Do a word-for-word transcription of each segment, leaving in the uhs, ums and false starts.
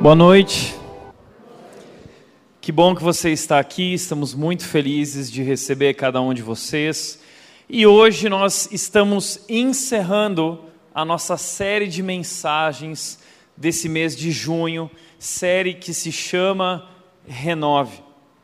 Boa noite. Que bom que você está aqui, estamos muito felizes de receber cada um de vocês. E hoje nós estamos encerrando a nossa série de mensagens desse mês de junho, série que se chama Renove.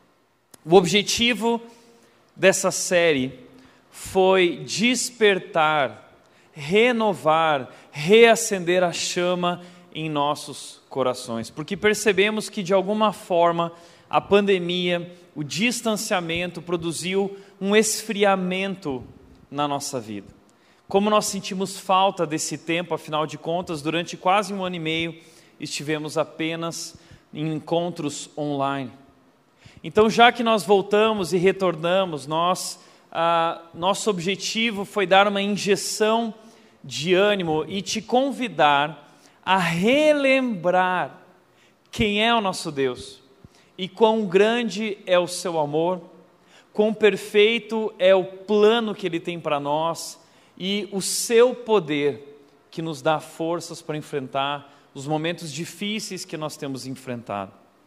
O objetivo dessa série foi despertar, renovar, reacender a chama em nossos corações, porque percebemos que de alguma forma a pandemia, o distanciamento produziu um esfriamento na nossa vida. Como nós sentimos falta desse tempo, afinal de contas, durante quase um ano e meio estivemos apenas em encontros online. Então, já que nós voltamos e retornamos, nós, ah, nosso objetivo foi dar uma injeção de ânimo e te convidar a relembrar quem é o nosso Deus e quão grande é o seu amor, quão perfeito é o plano que Ele tem para nós e o seu poder que nos dá forças para enfrentar os momentos difíceis que nós temos enfrentado.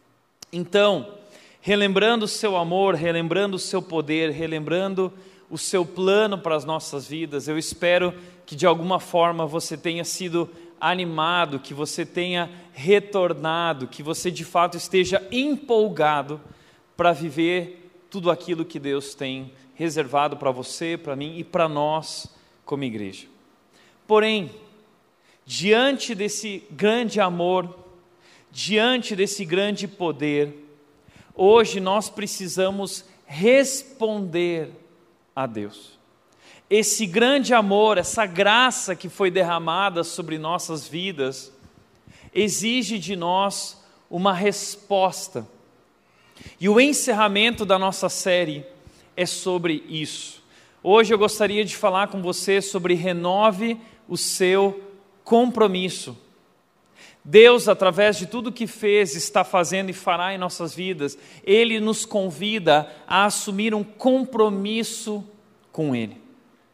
Então, relembrando o seu amor, relembrando o seu poder, relembrando o seu plano para as nossas vidas, eu espero que de alguma forma você tenha sido animado, que você tenha retornado, que você de fato esteja empolgado para viver tudo aquilo que Deus tem reservado para você, para mim e para nós como igreja. Porém, diante desse grande amor, diante desse grande poder, hoje nós precisamos responder a Deus. Esse grande amor, essa graça que foi derramada sobre nossas vidas, exige de nós uma resposta. E o encerramento da nossa série é sobre isso. Hoje eu gostaria de falar com você sobre renove o seu compromisso. Deus, através de tudo que fez, está fazendo e fará em nossas vidas, Ele nos convida a assumir um compromisso com Ele.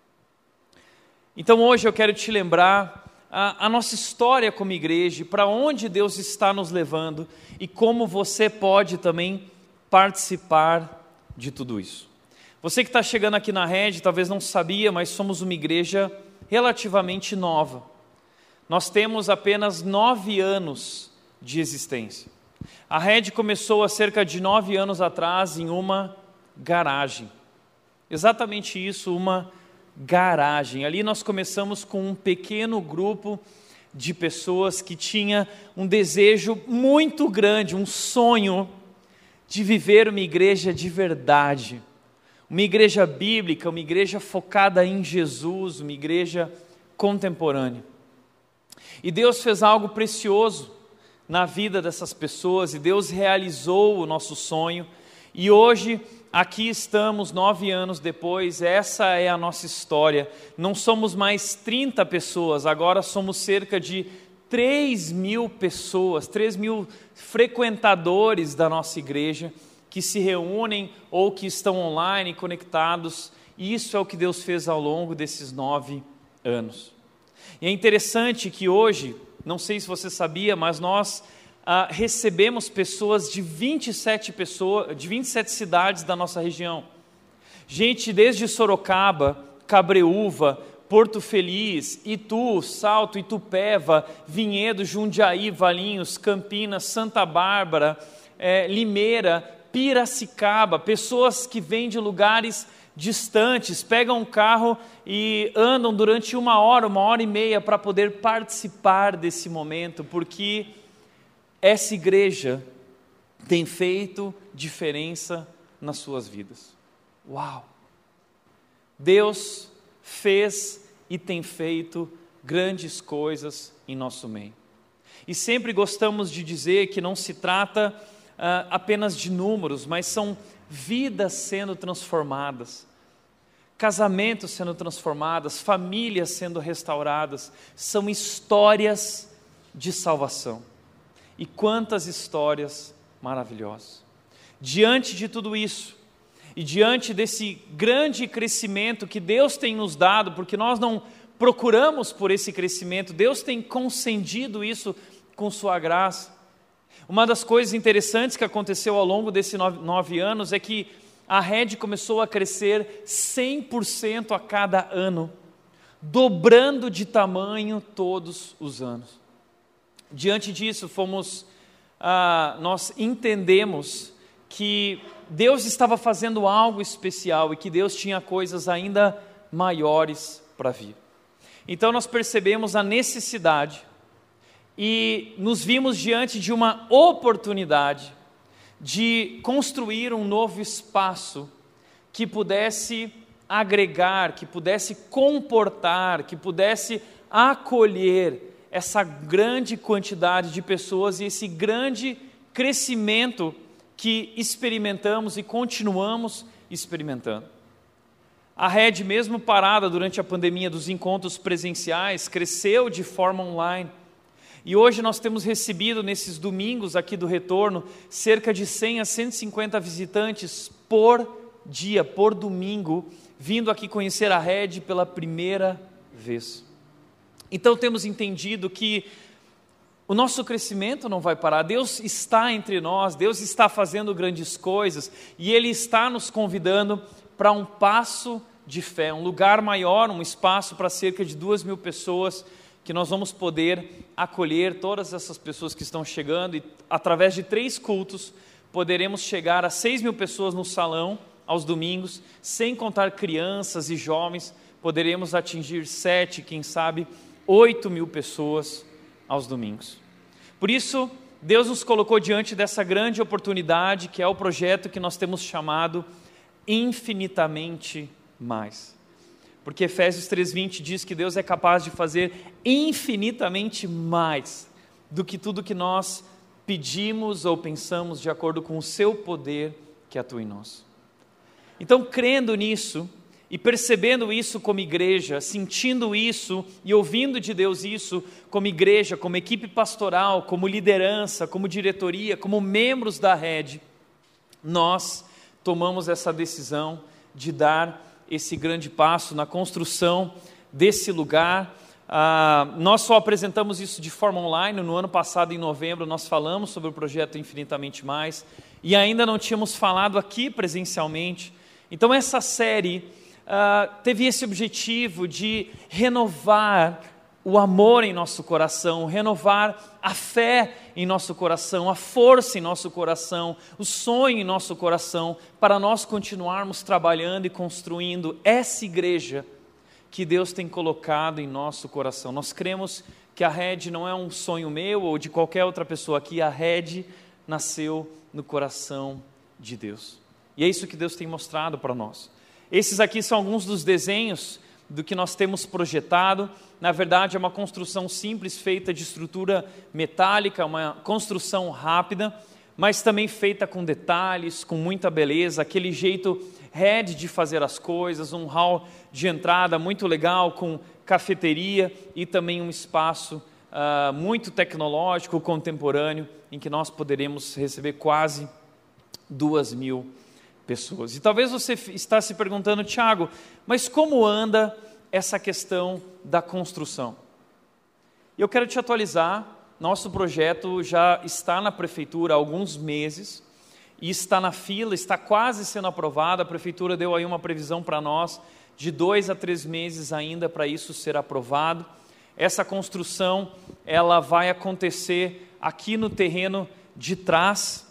Então hoje eu quero te lembrar a, a nossa história como igreja, para onde Deus está nos levando e como você pode também participar de tudo isso. Você que está chegando aqui na rede, talvez não sabia, mas somos uma igreja relativamente nova. Nós temos apenas nove anos de existência. A rede começou há cerca de nove anos atrás em uma garagem. Exatamente isso, uma garagem. Ali nós começamos com um pequeno grupo de pessoas que tinha um desejo muito grande, um sonho de viver uma igreja de verdade, uma igreja bíblica, uma igreja focada em Jesus, uma igreja contemporânea. E Deus fez algo precioso na vida dessas pessoas, e Deus realizou o nosso sonho, e hoje aqui estamos, nove anos depois, essa é a nossa história. Não somos mais trinta pessoas, agora somos cerca de três mil pessoas, três mil frequentadores da nossa igreja, que se reúnem ou que estão online, conectados. E isso é o que Deus fez ao longo desses nove anos. E é interessante que hoje, não sei se você sabia, mas nós ah, recebemos pessoas de vinte e sete pessoas, de vinte e sete cidades da nossa região. Gente desde Sorocaba, Cabreúva, Porto Feliz, Itu, Salto, Itupeva, Vinhedo, Jundiaí, Valinhos, Campinas, Santa Bárbara, é, Limeira, Piracicaba, pessoas que vêm de lugares distantes, pegam um carro e andam durante uma hora, uma hora e meia para poder participar desse momento, porque essa igreja tem feito diferença nas suas vidas. Uau! Deus fez e tem feito grandes coisas em nosso meio. E sempre gostamos de dizer que não se trata uh, apenas de números, mas são vidas sendo transformadas, casamentos sendo transformados, famílias sendo restauradas, são histórias de salvação. E quantas histórias maravilhosas. Diante de tudo isso, e diante desse grande crescimento que Deus tem nos dado, porque nós não procuramos por esse crescimento, Deus tem concedido isso com sua graça, Uma das coisas interessantes que aconteceu ao longo desses nove, nove anos é que a rede começou a crescer cem por cento a cada ano, dobrando de tamanho todos os anos. Diante disso, fomos, ah, nós entendemos que Deus estava fazendo algo especial e que Deus tinha coisas ainda maiores para vir. Então nós percebemos a necessidade e nos vimos diante de uma oportunidade de construir um novo espaço que pudesse agregar, que pudesse comportar, que pudesse acolher essa grande quantidade de pessoas e esse grande crescimento que experimentamos e continuamos experimentando. A rede, mesmo parada durante a pandemia dos encontros presenciais, cresceu de forma online. E hoje nós temos recebido, nesses domingos aqui do retorno, cerca de cem a cento e cinquenta visitantes por dia, por domingo, vindo aqui conhecer a rede pela primeira vez. Então temos entendido que o nosso crescimento não vai parar. Deus está entre nós, Deus está fazendo grandes coisas e Ele está nos convidando para um passo de fé, um lugar maior, um espaço para cerca de duas mil pessoas, que nós vamos poder acolher todas essas pessoas que estão chegando e através de três cultos poderemos chegar a seis mil pessoas no salão aos domingos, sem contar crianças e jovens, poderemos atingir sete, quem sabe, oito mil pessoas aos domingos. Por isso, Deus nos colocou diante dessa grande oportunidade, que é o projeto que nós temos chamado Infinitamente Mais. Porque Efésios três, vinte diz que Deus é capaz de fazer infinitamente mais do que tudo que nós pedimos ou pensamos, de acordo com o seu poder que atua em nós. Então, crendo nisso e percebendo isso como igreja, sentindo isso e ouvindo de Deus isso como igreja, como equipe pastoral, como liderança, como diretoria, como membros da rede, nós tomamos essa decisão de dar esse grande passo na construção desse lugar. Ah, nós só apresentamos isso de forma online. No ano passado, em novembro, nós falamos sobre o projeto Infinitamente Mais e ainda não tínhamos falado aqui presencialmente. Então essa série ah, teve esse objetivo de renovar o amor em nosso coração, renovar a fé em nosso coração, a força em nosso coração, o sonho em nosso coração, para nós continuarmos trabalhando e construindo essa igreja que Deus tem colocado em nosso coração. Nós cremos que a rede não é um sonho meu ou de qualquer outra pessoa aqui, a rede nasceu no coração de Deus. E é isso que Deus tem mostrado para nós. Esses aqui são alguns dos desenhos do que nós temos projetado. Na verdade, é uma construção simples, feita de estrutura metálica, uma construção rápida, mas também feita com detalhes, com muita beleza, aquele jeito rede de fazer as coisas, um hall de entrada muito legal, com cafeteria e também um espaço uh, muito tecnológico, contemporâneo, em que nós poderemos receber quase duas mil pessoas. E talvez você está se perguntando, Tiago, mas como anda essa questão da construção? Eu quero te atualizar. Nosso projeto já está na prefeitura há alguns meses e está na fila, está quase sendo aprovado. A prefeitura deu aí uma previsão para nós de dois a três meses ainda para isso ser aprovado. Essa construção, ela vai acontecer aqui no terreno de trás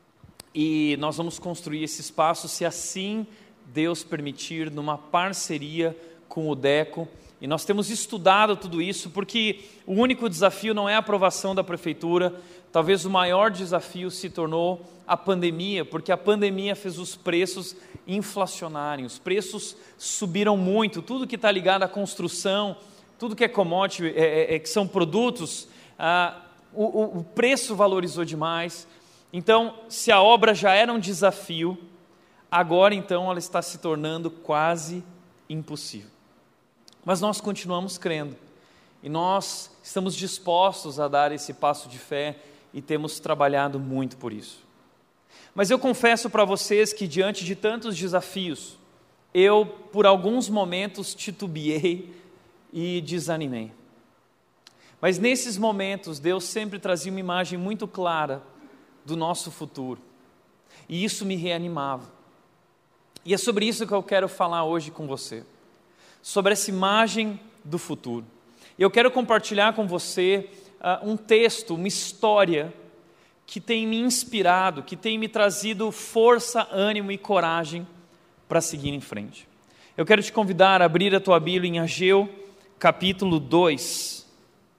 e nós vamos construir esse espaço, se assim Deus permitir, numa parceria com o DECO. E nós temos estudado tudo isso, porque o único desafio não é a aprovação da prefeitura. Talvez o maior desafio se tornou a pandemia, porque a pandemia fez os preços inflacionarem, os preços subiram muito. Tudo que está ligado à construção, tudo que é commodity, é, é, que são produtos, ah, o, o preço valorizou demais. Então, se a obra já era um desafio, agora então ela está se tornando quase impossível. Mas nós continuamos crendo e nós estamos dispostos a dar esse passo de fé e temos trabalhado muito por isso. Mas eu confesso para vocês que diante de tantos desafios, eu por alguns momentos titubeei e desanimei. Mas nesses momentos Deus sempre trazia uma imagem muito clara do nosso futuro. E isso me reanimava. E é sobre isso que eu quero falar hoje com você. Sobre essa imagem do futuro. E eu quero compartilhar com você uh, um texto, uma história que tem me inspirado, que tem me trazido força, ânimo e coragem para seguir em frente. Eu quero te convidar a abrir a tua Bíblia em Ageu, capítulo dois.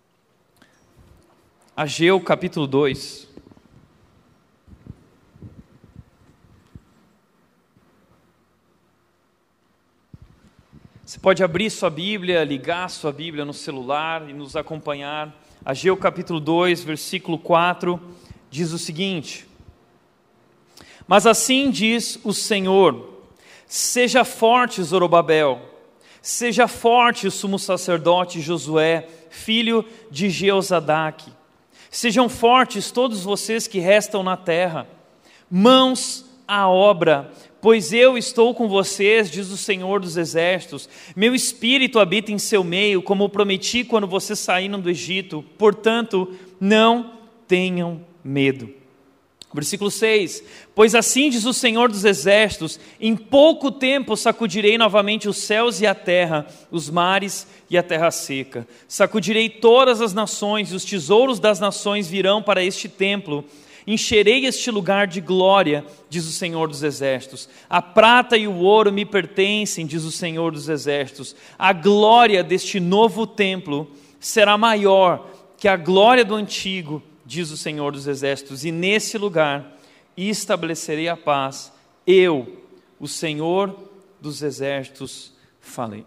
Ageu, capítulo dois. Você pode abrir sua Bíblia, ligar sua Bíblia no celular e nos acompanhar. Ageu, capítulo dois, versículo quatro, diz o seguinte: Mas assim diz o Senhor, seja forte, Zorobabel, seja forte, sumo sacerdote Josué, filho de Jeozadaque. Sejam fortes todos vocês que restam na terra, mãos à obra, pois eu estou com vocês, diz o Senhor dos Exércitos. Meu espírito habita em seu meio, como prometi quando vocês saíram do Egito. Portanto, não tenham medo. Versículo seis. Pois assim diz o Senhor dos Exércitos, em pouco tempo sacudirei novamente os céus e a terra, os mares e a terra seca. Sacudirei todas as nações, e os tesouros das nações virão para este templo. Encherei este lugar de glória, diz o Senhor dos Exércitos. A prata e o ouro me pertencem, diz o Senhor dos Exércitos. A glória deste novo templo será maior que a glória do antigo, diz o Senhor dos Exércitos. E nesse lugar estabelecerei a paz. Eu, o Senhor dos Exércitos, falei.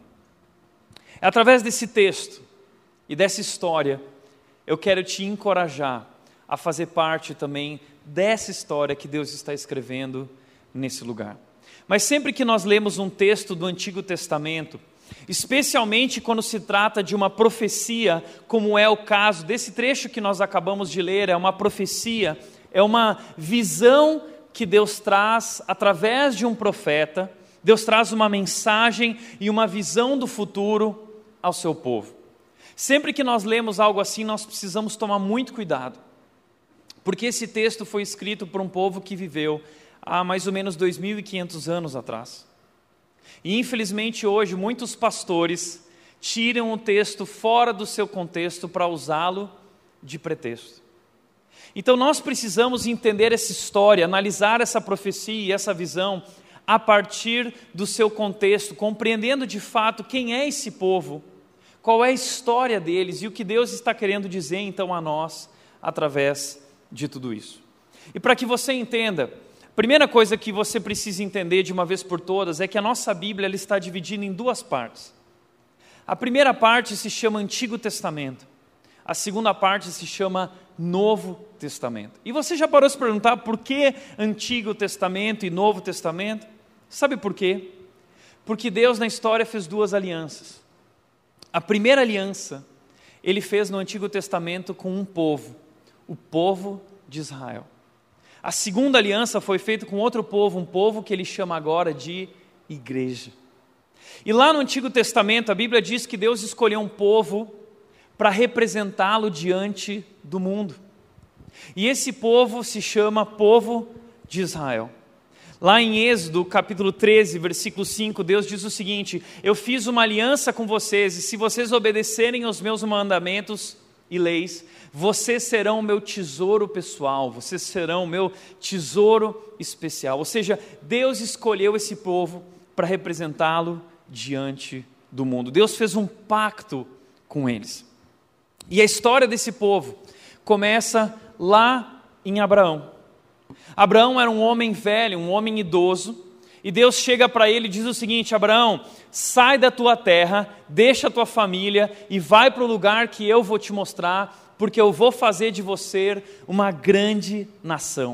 Através desse texto e dessa história, eu quero te encorajar a fazer parte também dessa história que Deus está escrevendo nesse lugar. Mas sempre que nós lemos um texto do Antigo Testamento, especialmente quando se trata de uma profecia, como é o caso desse trecho que nós acabamos de ler, é uma profecia, é uma visão que Deus traz através de um profeta. Deus traz uma mensagem e uma visão do futuro ao seu povo. Sempre que nós lemos algo assim, nós precisamos tomar muito cuidado, porque esse texto foi escrito por um povo que viveu há mais ou menos dois mil e quinhentos anos atrás. E infelizmente hoje muitos pastores tiram o texto fora do seu contexto para usá-lo de pretexto. Então nós precisamos entender essa história, analisar essa profecia e essa visão a partir do seu contexto, compreendendo de fato quem é esse povo, qual é a história deles e o que Deus está querendo dizer então a nós através de tudo isso. E para que você entenda, a primeira coisa que você precisa entender de uma vez por todas é que a nossa Bíblia ela está dividida em duas partes. A primeira parte se chama Antigo Testamento, a segunda parte se chama Novo Testamento. E você já parou de se perguntar por que Antigo Testamento e Novo Testamento? Sabe por quê? Porque Deus na história fez duas alianças. A primeira aliança Ele fez no Antigo Testamento com um povo, o povo de Israel. A segunda aliança foi feita com outro povo, um povo que ele chama agora de igreja. E lá no Antigo Testamento, a Bíblia diz que Deus escolheu um povo para representá-lo diante do mundo. E esse povo se chama povo de Israel. Lá em Êxodo, capítulo treze, versículo cinco, Deus diz o seguinte: eu fiz uma aliança com vocês, e se vocês obedecerem aos meus mandamentos e leis, vocês serão o meu tesouro pessoal, vocês serão o meu tesouro especial. Ou seja, Deus escolheu esse povo para representá-lo diante do mundo. Deus fez um pacto com eles. E a história desse povo começa lá em Abraão. Abraão era um homem velho, um homem idoso, e Deus chega para ele e diz o seguinte: Abraão, sai da tua terra, deixa a tua família e vai para o lugar que eu vou te mostrar, porque eu vou fazer de você uma grande nação.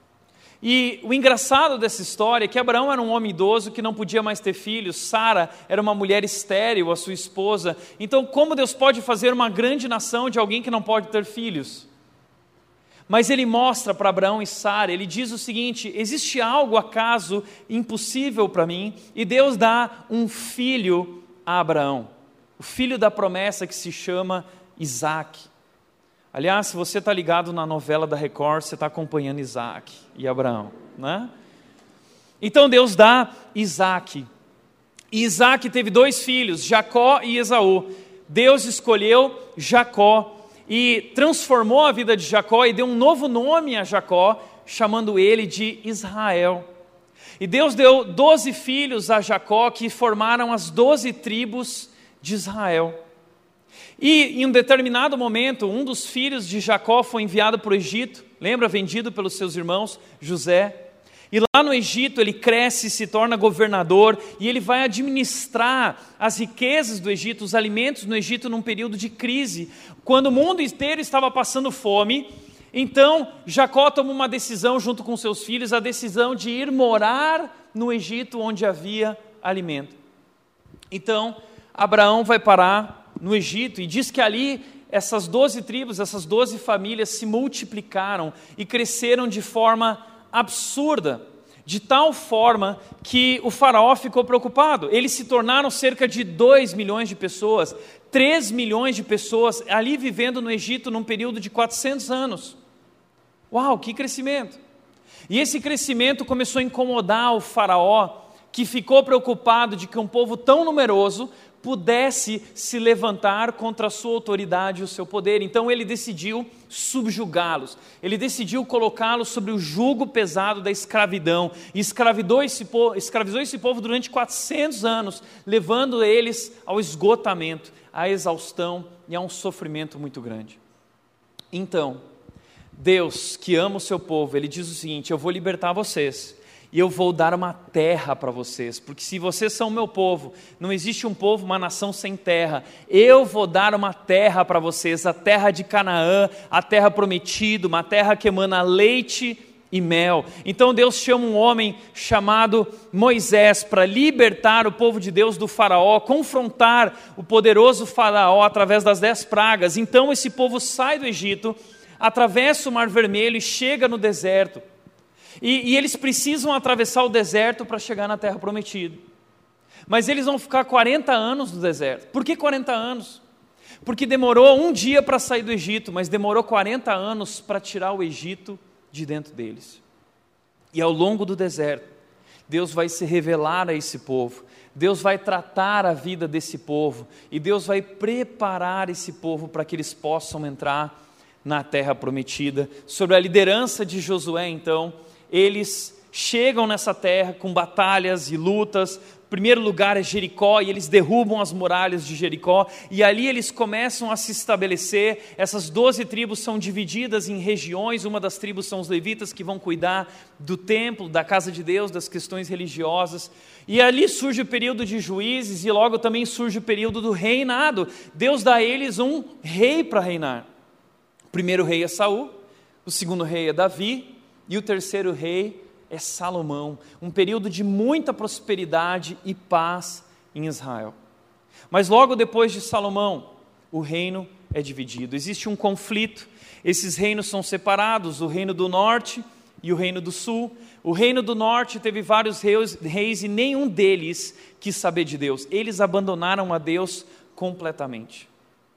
E o engraçado dessa história é que Abraão era um homem idoso que não podia mais ter filhos, Sara era uma mulher estéril, a sua esposa. Então como Deus pode fazer uma grande nação de alguém que não pode ter filhos? Mas ele mostra para Abraão e Sara, ele diz o seguinte: existe algo acaso impossível para mim? E Deus dá um filho a Abraão, o filho da promessa que se chama Isaque. Aliás, se você está ligado na novela da Record, você está acompanhando Isaac e Abraão, né? Então Deus dá Isaac. E Isaac teve dois filhos, Jacó e Esaú. Deus escolheu Jacó e transformou a vida de Jacó e deu um novo nome a Jacó, chamando ele de Israel. E Deus deu doze filhos a Jacó, que formaram as doze tribos de Israel. E em um determinado momento, um dos filhos de Jacó foi enviado para o Egito, lembra, vendido pelos seus irmãos, José. E lá no Egito ele cresce, se torna governador e ele vai administrar as riquezas do Egito, os alimentos no Egito num período de crise, quando o mundo inteiro estava passando fome. Então Jacó toma uma decisão junto com seus filhos, a decisão de ir morar no Egito onde havia alimento. Então Abraão vai parar no Egito e diz que ali essas doze tribos, essas doze famílias se multiplicaram e cresceram de forma absurda, de tal forma que o faraó ficou preocupado. Eles se tornaram cerca de dois milhões de pessoas, três milhões de pessoas ali vivendo no Egito num período de quatrocentos anos. Uau, que crescimento! E esse crescimento começou a incomodar o faraó, que ficou preocupado de que um povo tão numeroso pudesse se levantar contra a sua autoridade e o seu poder. Então ele decidiu subjugá-los, ele decidiu colocá-los sobre o jugo pesado da escravidão, e escravizou esse povo, escravizou esse povo durante quatrocentos anos, levando eles ao esgotamento, à exaustão e a um sofrimento muito grande. Então, Deus, que ama o seu povo, ele diz o seguinte: eu vou libertar vocês, e eu vou dar uma terra para vocês, porque se vocês são o meu povo, não existe um povo, uma nação sem terra. Eu vou dar uma terra para vocês, a terra de Canaã, a terra prometida, uma terra que emana leite e mel. Então Deus chama um homem chamado Moisés para libertar o povo de Deus do faraó, confrontar o poderoso faraó através das dez pragas. Então esse povo sai do Egito, atravessa o Mar Vermelho e chega no deserto. E, e eles precisam atravessar o deserto para chegar na terra prometida. Mas eles vão ficar quarenta anos no deserto. Por que quarenta anos? Porque demorou um dia para sair do Egito, mas demorou quarenta anos para tirar o Egito de dentro deles. E ao longo do deserto, Deus vai se revelar a esse povo, Deus vai tratar a vida desse povo, e Deus vai preparar esse povo para que eles possam entrar na terra prometida. Sob a liderança de Josué, então, eles chegam nessa terra com batalhas e lutas. O primeiro lugar é Jericó, e eles derrubam as muralhas de Jericó, e ali eles começam a se estabelecer. Essas doze tribos são divididas em regiões. Uma das tribos são os levitas, que vão cuidar do templo, da casa de Deus, das questões religiosas, e ali surge o período de juízes, e logo também surge o período do reinado. Deus dá a eles um rei para reinar. O primeiro rei é Saul, o segundo rei é Davi, e o terceiro rei é Salomão, um período de muita prosperidade e paz em Israel. Mas logo depois de Salomão, o reino é dividido, existe um conflito, esses reinos são separados, o reino do norte e o reino do sul. O reino do norte teve vários reis, reis e nenhum deles quis saber de Deus, eles abandonaram a Deus completamente,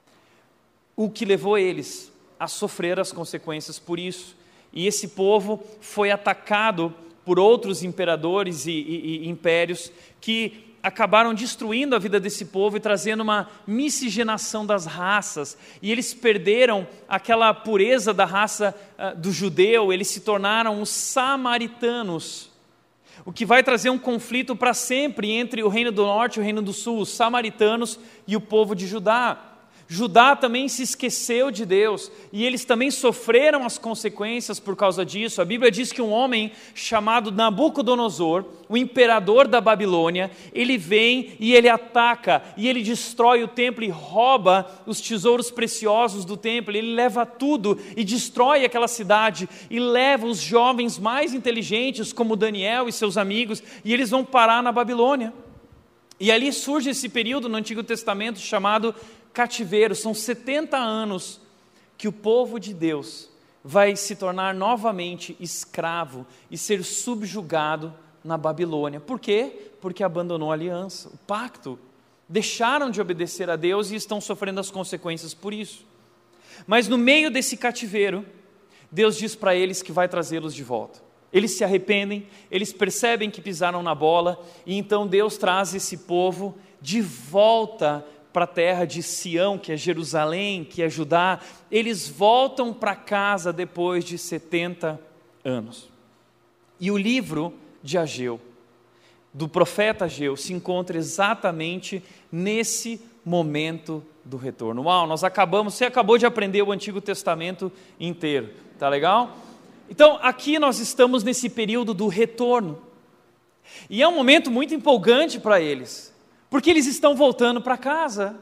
o que levou eles a sofrer as consequências por isso. E esse povo foi atacado por outros imperadores e, e, e impérios que acabaram destruindo a vida desse povo e trazendo uma miscigenação das raças. E eles perderam aquela pureza da raça uh, do judeu, eles se tornaram os samaritanos, o que vai trazer um conflito para sempre entre o reino do norte e o reino do sul, os samaritanos e o povo de Judá. Judá também se esqueceu de Deus, e eles também sofreram as consequências por causa disso. A Bíblia diz que um homem chamado Nabucodonosor, o imperador da Babilônia, ele vem e ele ataca, e ele destrói o templo e rouba os tesouros preciosos do templo. Ele leva tudo e destrói aquela cidade, e leva os jovens mais inteligentes, como Daniel e seus amigos, e eles vão parar na Babilônia. E ali surge esse período no Antigo Testamento chamado cativeiro. São setenta anos que o povo de Deus vai se tornar novamente escravo e ser subjugado na Babilônia. Por quê? Porque abandonou a aliança, o pacto. Deixaram de obedecer a Deus e estão sofrendo as consequências por isso. Mas no meio desse cativeiro, Deus diz para eles que vai trazê-los de volta. Eles se arrependem, eles percebem que pisaram na bola, e então Deus traz esse povo de volta para a terra de Sião, que é Jerusalém, que é Judá. Eles voltam para casa depois de setenta anos. E o livro de Ageu, do profeta Ageu, se encontra exatamente nesse momento do retorno. Uau, nós acabamos, você acabou de aprender o Antigo Testamento inteiro, tá legal? Então, aqui nós estamos nesse período do retorno, e é um momento muito empolgante para eles, porque eles estão voltando para casa,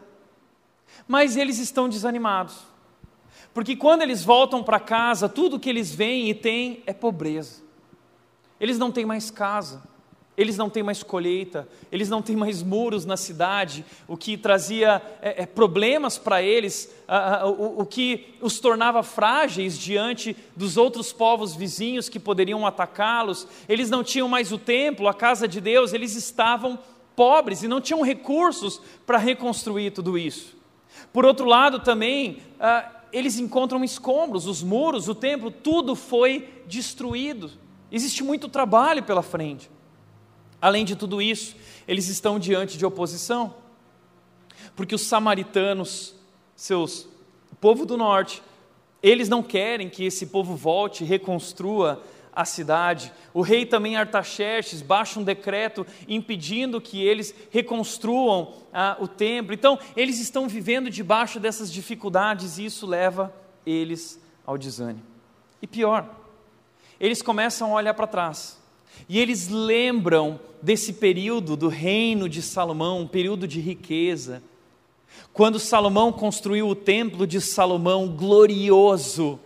mas eles estão desanimados, porque quando eles voltam para casa, tudo que eles veem e têm é pobreza. Eles não têm mais casa, eles não têm mais colheita, eles não têm mais muros na cidade, o que trazia é, é, problemas para eles, a, a, o, o que os tornava frágeis diante dos outros povos vizinhos que poderiam atacá-los. Eles não tinham mais o templo, a casa de Deus, eles estavam pobres e não tinham recursos para reconstruir tudo isso. Por outro lado também, ah, eles encontram escombros, os muros, o templo, tudo foi destruído. Existe muito trabalho pela frente. Além de tudo isso, eles estão diante de oposição, porque os samaritanos, seus, o povo do norte, eles não querem que esse povo volte e reconstrua a cidade. O rei também Artaxerxes baixa um decreto impedindo que eles reconstruam ah, o templo. Então, eles estão vivendo debaixo dessas dificuldades e isso leva eles ao desânimo. E pior, eles começam a olhar para trás e eles lembram desse período do reino de Salomão, um período de riqueza, quando Salomão construiu o templo de Salomão glorioso,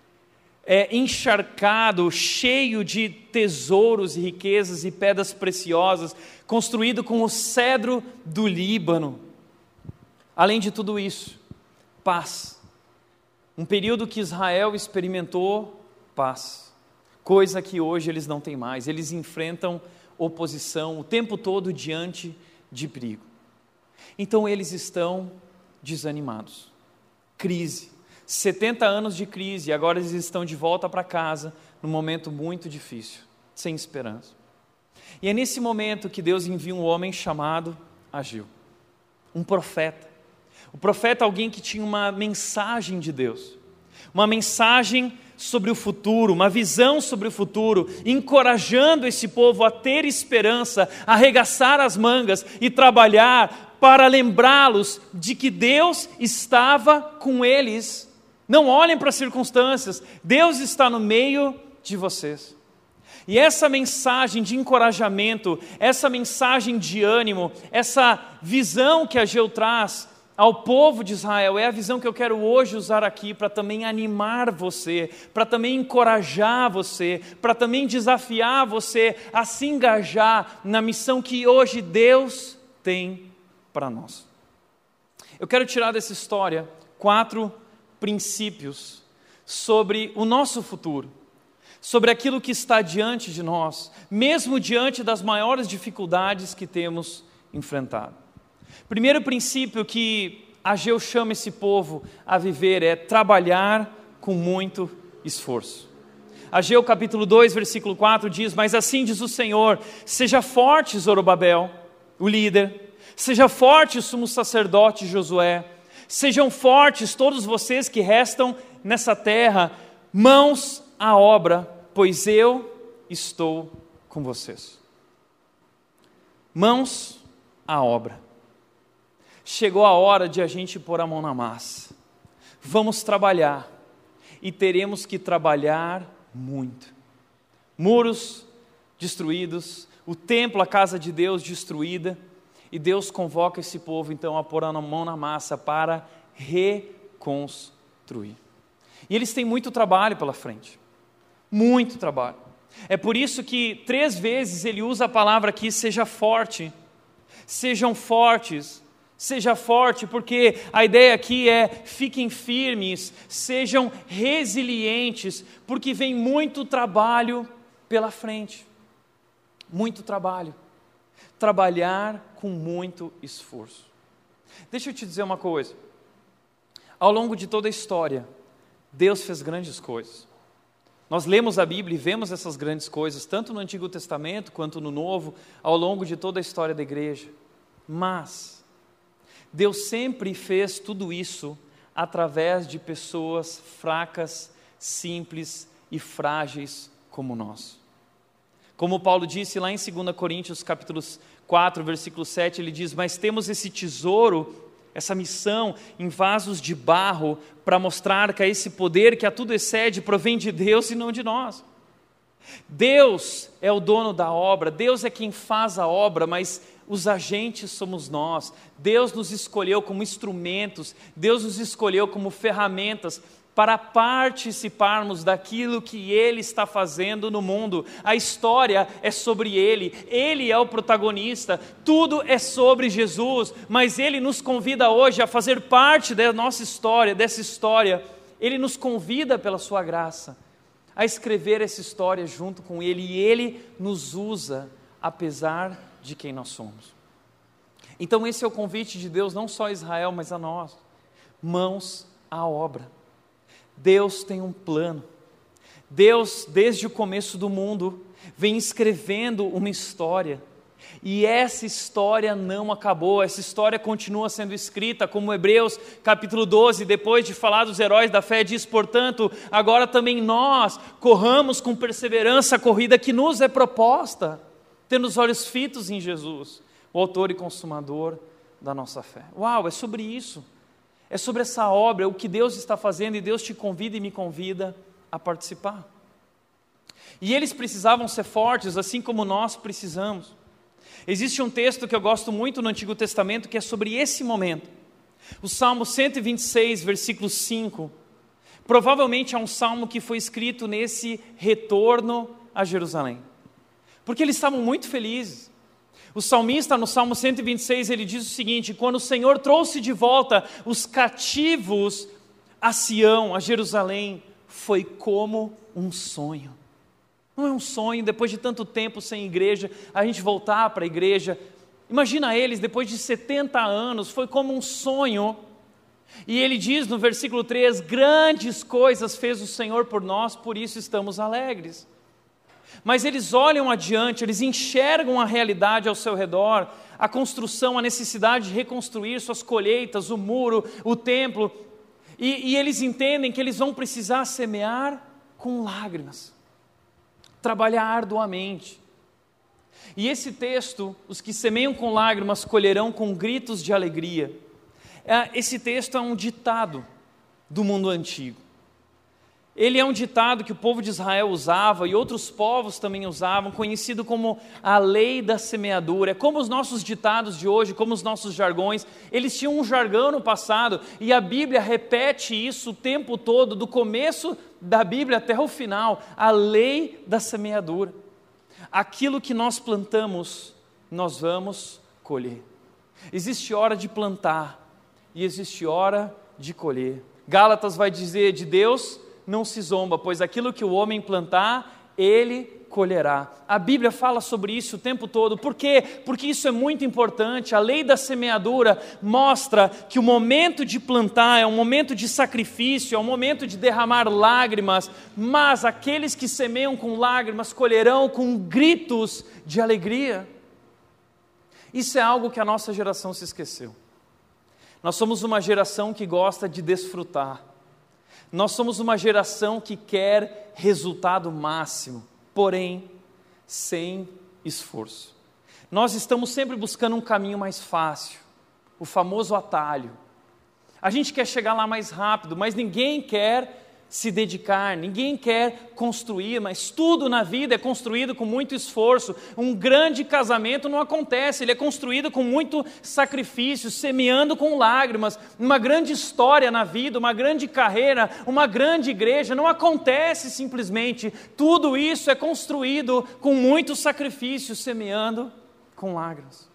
é, encharcado, cheio de tesouros e riquezas e pedras preciosas, construído com o cedro do Líbano. Além de tudo isso, paz. Um período que Israel experimentou paz, coisa que hoje eles não têm mais. Eles enfrentam oposição o tempo todo diante de perigo. Então eles estão desanimados. Crise. setenta anos de crise, e agora eles estão de volta para casa, num momento muito difícil, sem esperança. E é nesse momento que Deus envia um homem chamado Ageu, um profeta. O profeta é alguém que tinha uma mensagem de Deus, uma mensagem sobre o futuro, uma visão sobre o futuro, encorajando esse povo a ter esperança, a arregaçar as mangas e trabalhar para lembrá-los de que Deus estava com eles. Não olhem para as circunstâncias, Deus está no meio de vocês. E essa mensagem de encorajamento, essa mensagem de ânimo, essa visão que Ageu traz ao povo de Israel, é a visão que eu quero hoje usar aqui para também animar você, para também encorajar você, para também desafiar você a se engajar na missão que hoje Deus tem para nós. Eu quero tirar dessa história quatro princípios sobre o nosso futuro, sobre aquilo que está diante de nós, mesmo diante das maiores dificuldades que temos enfrentado. Primeiro princípio que Ageu chama esse povo a viver é trabalhar com muito esforço. Ageu capítulo dois, versículo quatro diz: mas assim diz o Senhor, seja forte Zorobabel, o líder, seja forte o sumo sacerdote Josué, sejam fortes todos vocês que restam nessa terra, mãos à obra, pois eu estou com vocês. Mãos à obra. Chegou a hora de a gente pôr a mão na massa. Vamos trabalhar e teremos que trabalhar muito. Muros destruídos, o templo, a casa de Deus destruída, e Deus convoca esse povo então a pôr a mão na massa para reconstruir. E eles têm muito trabalho pela frente, muito trabalho. É por isso que três vezes ele usa a palavra aqui, seja forte, sejam fortes. Seja forte, porque a ideia aqui é fiquem firmes, sejam resilientes, porque vem muito trabalho pela frente. Muito trabalho. Trabalhar com muito esforço. Deixa eu te dizer uma coisa. ao longo de toda a história, Deus fez grandes coisas. Nós lemos a Bíblia e vemos essas grandes coisas, tanto no Antigo Testamento quanto no Novo, ao longo de toda a história da igreja. Mas Deus sempre fez tudo isso através de pessoas fracas, simples e frágeis como nós. Como Paulo disse lá em dois Coríntios capítulos quatro, versículo sete, ele diz: mas temos esse tesouro, essa missão em vasos de barro, para mostrar que esse poder que a tudo excede provém de Deus e não de nós. Deus é o dono da obra, Deus é quem faz a obra, mas os agentes somos nós. Deus nos escolheu como instrumentos, Deus nos escolheu como ferramentas para participarmos daquilo que Ele está fazendo no mundo. A história é sobre Ele, Ele é o protagonista, tudo é sobre Jesus, mas Ele nos convida hoje a fazer parte da nossa história, dessa história. Ele nos convida pela sua graça a escrever essa história junto com Ele, e Ele nos usa apesar de quem nós somos. Então esse é o convite de Deus, não só a Israel, mas a nós. Mãos à obra. Deus tem um plano. Deus, desde o começo do mundo, vem escrevendo uma história. E essa história não acabou, essa história continua sendo escrita, como Hebreus capítulo doze, depois de falar dos heróis da fé, diz: portanto, agora também nós corramos com perseverança a corrida que nos é proposta, tendo os olhos fitos em Jesus, o autor e consumador da nossa fé. Uau, é sobre isso. É sobre essa obra, o que Deus está fazendo, e Deus te convida e me convida a participar. E eles precisavam ser fortes, assim como nós precisamos. Existe um texto que eu gosto muito no Antigo Testamento, que é sobre esse momento. O Salmo cento e vinte e seis, versículo cinco. Provavelmente é um salmo que foi escrito nesse retorno a Jerusalém. Porque eles estavam muito felizes. O salmista, no Salmo cento e vinte e seis, ele diz o seguinte: quando o Senhor trouxe de volta os cativos a Sião, a Jerusalém, foi como um sonho. Não é um sonho, depois de tanto tempo sem igreja, a gente voltar para a igreja. Imagina eles, depois de setenta anos, foi como um sonho. E ele diz no versículo três: grandes coisas fez o Senhor por nós, por isso estamos alegres. Mas eles olham adiante, eles enxergam a realidade ao seu redor, a construção, a necessidade de reconstruir suas colheitas, o muro, o templo, e, e eles entendem que eles vão precisar semear com lágrimas, trabalhar arduamente. E esse texto, os que semeiam com lágrimas colherão com gritos de alegria. Esse texto é um ditado do mundo antigo. Ele é um ditado que o povo de Israel usava e outros povos também usavam, conhecido como a lei da semeadura. É como os nossos ditados de hoje, como os nossos jargões. Eles tinham um jargão no passado e a Bíblia repete isso o tempo todo, do começo da Bíblia até o final. A lei da semeadura. Aquilo que nós plantamos, nós vamos colher. Existe hora de plantar e existe hora de colher. Gálatas vai dizer: de Deus não se zomba, pois aquilo que o homem plantar, ele colherá. A Bíblia fala sobre isso o tempo todo. Por quê? Porque isso é muito importante. A lei da semeadura mostra que o momento de plantar é um momento de sacrifício, é um momento de derramar lágrimas, mas aqueles que semeiam com lágrimas colherão com gritos de alegria. Isso é algo que a nossa geração se esqueceu. Nós somos uma geração que gosta de desfrutar. Nós somos uma geração que quer resultado máximo, porém, sem esforço. Nós estamos sempre buscando um caminho mais fácil, o famoso atalho. A gente quer chegar lá mais rápido, mas ninguém quer se dedicar, ninguém quer construir, mas tudo na vida é construído com muito esforço. Um grande casamento não acontece, ele é construído com muito sacrifício, semeando com lágrimas. Uma grande história na vida, uma grande carreira, uma grande igreja, não acontece simplesmente. Tudo isso é construído com muito sacrifício, semeando com lágrimas.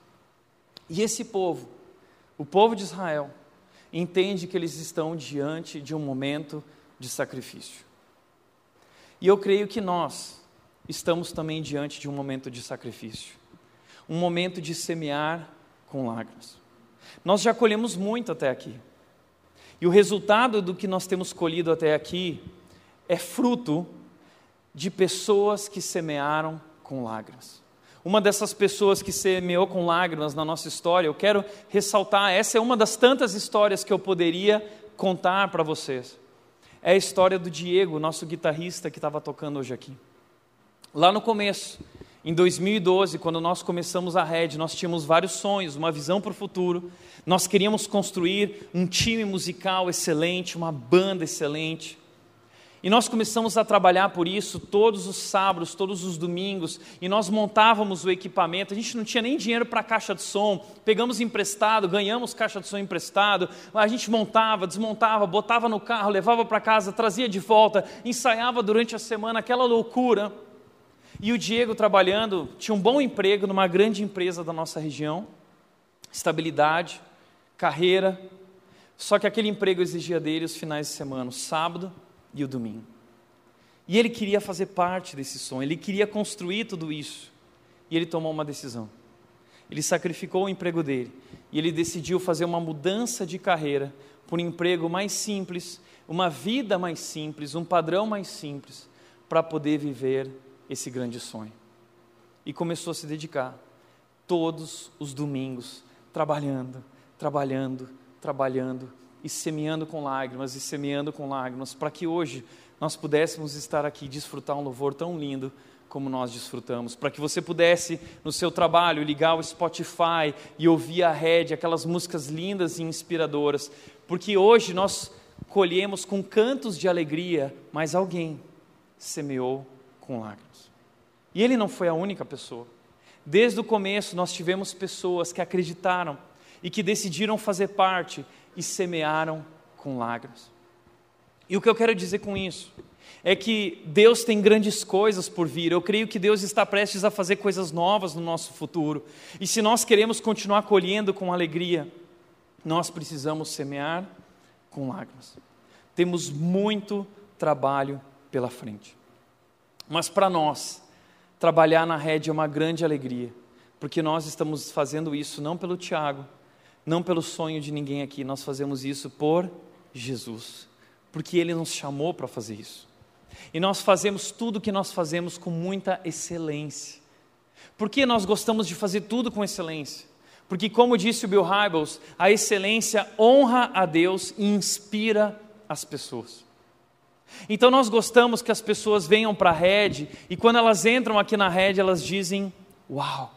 E esse povo, o povo de Israel, entende que eles estão diante de um momento de sacrifício. E eu creio que nós estamos também diante de um momento de sacrifício, um momento de semear com lágrimas. Nós já colhemos muito até aqui, E o resultado do que nós temos colhido até aqui é fruto de pessoas que semearam com lágrimas. Uma dessas pessoas que semeou com lágrimas na nossa história, eu quero ressaltar, essa é uma das tantas histórias que eu poderia contar para vocês. É a história do Diego, nosso guitarrista que estava tocando hoje aqui. Lá no começo, em dois mil e doze, quando nós começamos a Red, nós tínhamos vários sonhos, uma visão para o futuro. Nós queríamos construir um time musical excelente, uma banda excelente. E nós começamos a trabalhar por isso todos os sábados, todos os domingos, e nós montávamos o equipamento. A gente não tinha nem dinheiro para caixa de som, pegamos emprestado, ganhamos caixa de som emprestado, a gente montava, desmontava, botava no carro, levava para casa, trazia de volta, ensaiava durante a semana, aquela loucura. E o Diego trabalhando, tinha um bom emprego numa grande empresa da nossa região, estabilidade, carreira, só que aquele emprego exigia dele os finais de semana, o sábado e o domingo. E ele queria fazer parte desse sonho, ele queria construir tudo isso. E ele tomou uma decisão. Ele sacrificou o emprego dele e ele decidiu fazer uma mudança de carreira por um emprego mais simples, uma vida mais simples, um padrão mais simples, para poder viver esse grande sonho. E começou a se dedicar todos os domingos, trabalhando, trabalhando, trabalhando, e semeando com lágrimas, e semeando com lágrimas, para que hoje nós pudéssemos estar aqui e desfrutar um louvor tão lindo como nós desfrutamos, para que você pudesse no seu trabalho ligar o Spotify e ouvir a Red, aquelas músicas lindas e inspiradoras, porque hoje nós colhemos com cantos de alegria, mas alguém semeou com lágrimas. E ele não foi a única pessoa. Desde o começo nós tivemos pessoas que acreditaram e que decidiram fazer parte e semearam com lágrimas. E o que eu quero dizer com isso é que Deus tem grandes coisas por vir. Eu creio que Deus está prestes a fazer coisas novas no nosso futuro. E se nós queremos continuar colhendo com alegria, nós precisamos semear com lágrimas. Temos muito trabalho pela frente. Mas para nós, trabalhar na Red é uma grande alegria, porque nós estamos fazendo isso não pelo Tiago, não pelo sonho de ninguém aqui, nós fazemos isso por Jesus, porque Ele nos chamou para fazer isso. E nós fazemos tudo o que nós fazemos com muita excelência. Por que nós gostamos de fazer tudo com excelência? Porque, como disse o Bill Hybels, a excelência honra a Deus e inspira as pessoas. Então nós gostamos que as pessoas venham para a Red, e quando elas entram aqui na Red, elas dizem, uau,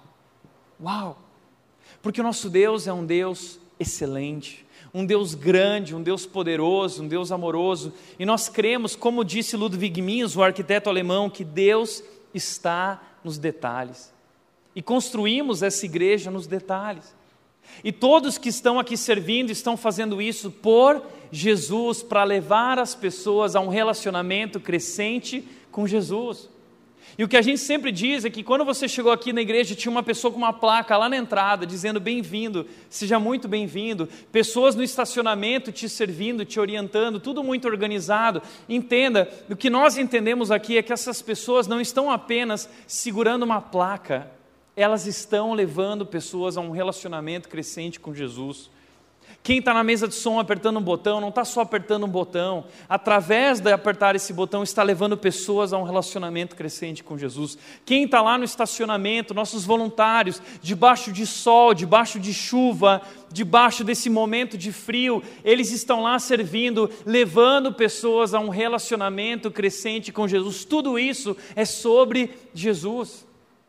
uau. Porque o nosso Deus é um Deus excelente, um Deus grande, um Deus poderoso, um Deus amoroso. E nós cremos, como disse Ludwig Mies, o arquiteto alemão, que Deus está nos detalhes. E construímos essa igreja nos detalhes. E todos que estão aqui servindo estão fazendo isso por Jesus, para levar as pessoas a um relacionamento crescente com Jesus. E o que a gente sempre diz é que quando você chegou aqui na igreja, tinha uma pessoa com uma placa lá na entrada, dizendo bem-vindo, seja muito bem-vindo, pessoas no estacionamento te servindo, te orientando, tudo muito organizado. Entenda, o que nós entendemos aqui é que essas pessoas não estão apenas segurando uma placa, elas estão levando pessoas a um relacionamento crescente com Jesus. Quem está na mesa de som apertando um botão, não está só apertando um botão, através de apertar esse botão, está levando pessoas a um relacionamento crescente com Jesus. Quem está lá no estacionamento, nossos voluntários, debaixo de sol, debaixo de chuva, debaixo desse momento de frio, eles estão lá servindo, levando pessoas a um relacionamento crescente com Jesus. Tudo isso é sobre Jesus.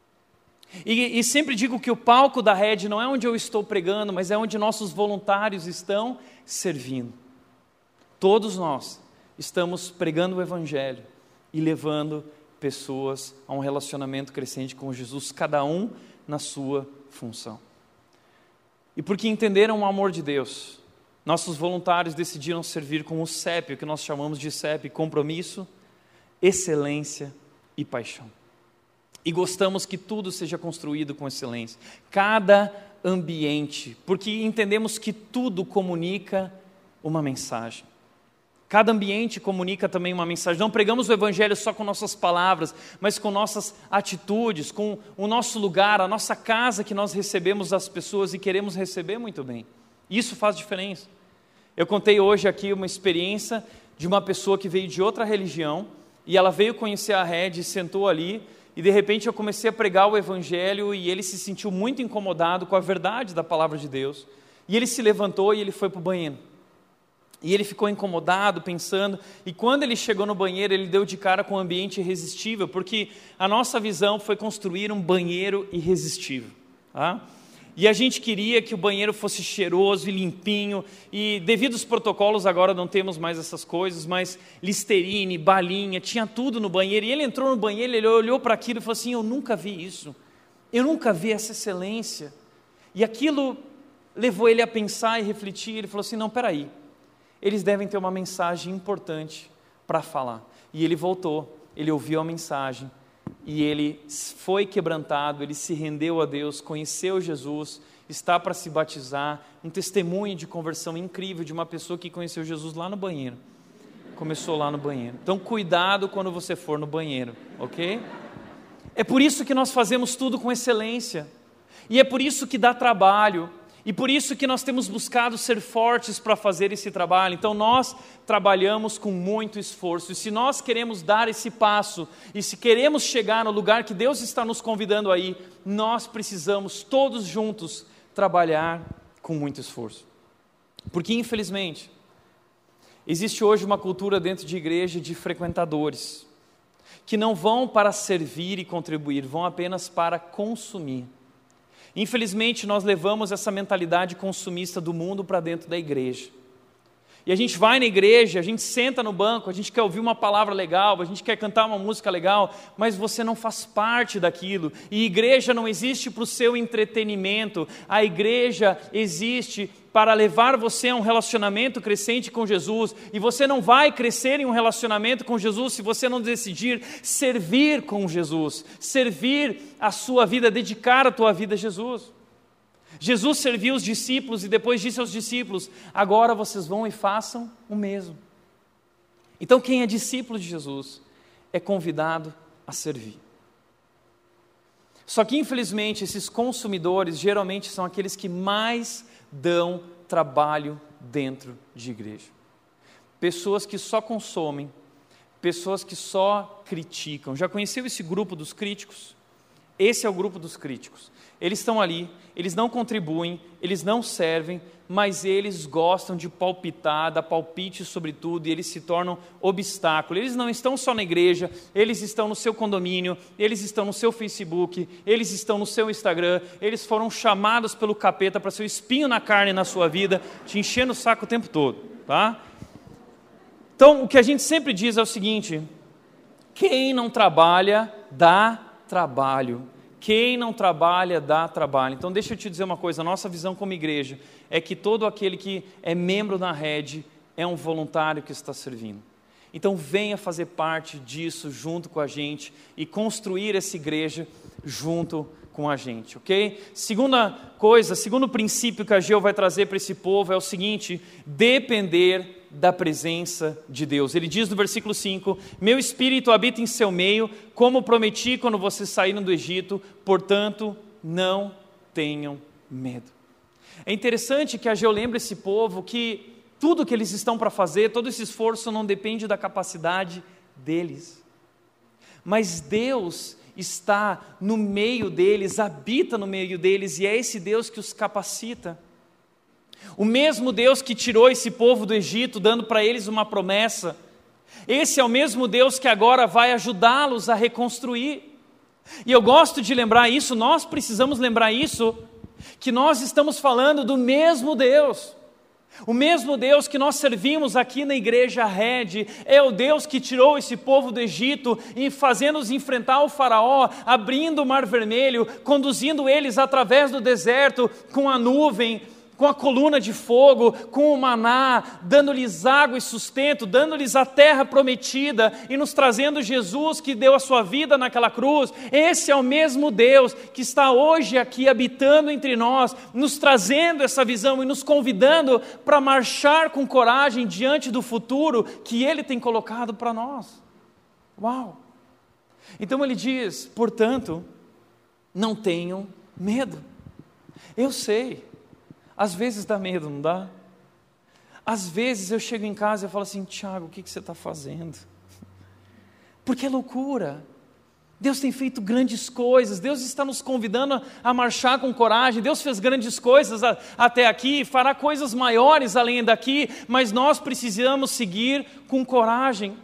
E, e sempre digo que o palco da Red não é onde eu estou pregando, mas é onde nossos voluntários estão servindo. Todos nós estamos pregando o Evangelho e levando pessoas a um relacionamento crescente com Jesus, cada um na sua função. E porque entenderam o amor de Deus, nossos voluntários decidiram servir com o C E P, o que nós chamamos de C E P, compromisso, excelência e paixão. E gostamos que tudo seja construído com excelência. Cada ambiente, porque entendemos que tudo comunica uma mensagem. Cada ambiente comunica também uma mensagem. Não pregamos o Evangelho só com nossas palavras, mas com nossas atitudes, com o nosso lugar, a nossa casa que nós recebemos das pessoas e queremos receber muito bem. Isso faz diferença. Eu contei hoje aqui uma experiência de uma pessoa que veio de outra religião, e ela veio conhecer a Red e sentou ali, e de repente eu comecei a pregar o Evangelho, e ele se sentiu muito incomodado com a verdade da palavra de Deus, e ele se levantou e ele foi para o banheiro. E ele ficou incomodado, pensando, e quando ele chegou no banheiro, ele deu de cara com um ambiente irresistível, porque a nossa visão foi construir um banheiro irresistível. Tá? E a gente queria que o banheiro fosse cheiroso e limpinho, e devido aos protocolos agora não temos mais essas coisas, mas Listerine, balinha, tinha tudo no banheiro, e ele entrou no banheiro, ele olhou para aquilo e falou assim, eu nunca vi isso, eu nunca vi essa excelência, e aquilo levou ele a pensar e refletir, ele falou assim, não, peraí, eles devem ter uma mensagem importante para falar. E ele voltou, ele ouviu a mensagem, e ele foi quebrantado, ele se rendeu a Deus, conheceu Jesus, está para se batizar, um testemunho de conversão incrível de uma pessoa que conheceu Jesus lá no banheiro. Começou lá no banheiro. Então cuidado quando você for no banheiro, ok? É por isso que nós fazemos tudo com excelência, e é por isso que dá trabalho, e por isso que nós temos buscado ser fortes para fazer esse trabalho. Então nós trabalhamos com muito esforço, e se nós queremos dar esse passo, e se queremos chegar no lugar que Deus está nos convidando aí, nós precisamos todos juntos trabalhar com muito esforço. Porque infelizmente, existe hoje uma cultura dentro de igreja de frequentadores, que não vão para servir e contribuir, vão apenas para consumir. Infelizmente, nós levamos essa mentalidade consumista do mundo para dentro da igreja. E a gente vai na igreja, a gente senta no banco, a gente quer ouvir uma palavra legal, a gente quer cantar uma música legal, mas você não faz parte daquilo. E igreja não existe para o seu entretenimento, a igreja existe para levar você a um relacionamento crescente com Jesus, e você não vai crescer em um relacionamento com Jesus se você não decidir servir com Jesus, servir a sua vida, dedicar a tua vida a Jesus. Jesus serviu os discípulos e depois disse aos discípulos, agora vocês vão e façam o mesmo. Então quem é discípulo de Jesus é convidado a servir. Só que infelizmente esses consumidores geralmente são aqueles que mais dão trabalho dentro de igreja. Pessoas que só consomem, pessoas que só criticam. Já conheceu esse grupo dos críticos? Esse é o grupo dos críticos. Eles estão ali, eles não contribuem, eles não servem, mas eles gostam de palpitar, dar palpite sobre tudo, e eles se tornam obstáculo. Eles não estão só na igreja, eles estão no seu condomínio, eles estão no seu Facebook, eles estão no seu Instagram, eles foram chamados pelo capeta para ser o espinho na carne na sua vida, te enchendo o saco o tempo todo, tá? Então, o que a gente sempre diz é o seguinte, quem não trabalha, dá trabalho. Quem não trabalha, dá trabalho. Então deixa eu te dizer uma coisa, a nossa visão como igreja é que todo aquele que é membro da rede é um voluntário que está servindo. Então venha fazer parte disso junto com a gente e construir essa igreja junto com a gente, ok? Segunda coisa, segundo princípio que a Geu vai trazer para esse povo é o seguinte, depender da presença de Deus. Ele diz no versículo cinco, meu espírito habita em seu meio, como prometi quando vocês saíram do Egito, portanto, não tenham medo. É interessante que a Geu lembre esse povo que tudo que eles estão para fazer, todo esse esforço não depende da capacidade deles, mas Deus está no meio deles, habita no meio deles, e é esse Deus que os capacita. O mesmo Deus que tirou esse povo do Egito, dando para eles uma promessa, esse é o mesmo Deus que agora vai ajudá-los a reconstruir. E eu gosto de lembrar isso, nós precisamos lembrar isso, que nós estamos falando do mesmo Deus. O mesmo Deus que nós servimos aqui na igreja Red, é o Deus que tirou esse povo do Egito e fazendo-os enfrentar o faraó, abrindo o mar vermelho, conduzindo eles através do deserto com a nuvem, com a coluna de fogo, com o maná, dando-lhes água e sustento, dando-lhes a terra prometida e nos trazendo Jesus que deu a sua vida naquela cruz. Esse é o mesmo Deus que está hoje aqui habitando entre nós, nos trazendo essa visão e nos convidando para marchar com coragem diante do futuro que Ele tem colocado para nós. Uau! Então Ele diz, portanto, não tenham medo. Eu sei. Às vezes dá medo, não dá? Às vezes eu chego em casa e eu falo assim, Tiago, o que, que você está fazendo? Porque é loucura. Deus tem feito grandes coisas, Deus está nos convidando a marchar com coragem, Deus fez grandes coisas a, até aqui, fará coisas maiores além daqui, mas nós precisamos seguir com coragem.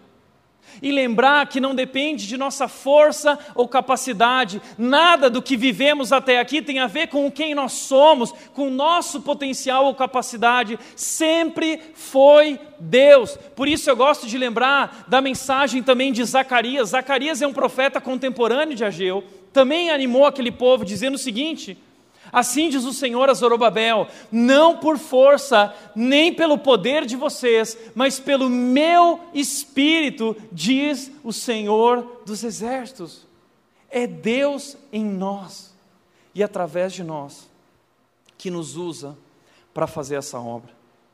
E lembrar que não depende de nossa força ou capacidade, nada do que vivemos até aqui tem a ver com quem nós somos, com o nosso potencial ou capacidade, sempre foi Deus. Por isso eu gosto de lembrar da mensagem também de Zacarias. Zacarias é um profeta contemporâneo de Ageu, também animou aquele povo dizendo o seguinte: assim diz o Senhor a Zorobabel, não por força, nem pelo poder de vocês, mas pelo meu Espírito, diz o Senhor dos Exércitos. É Deus em nós, e através de nós, que nos usa para fazer essa obra.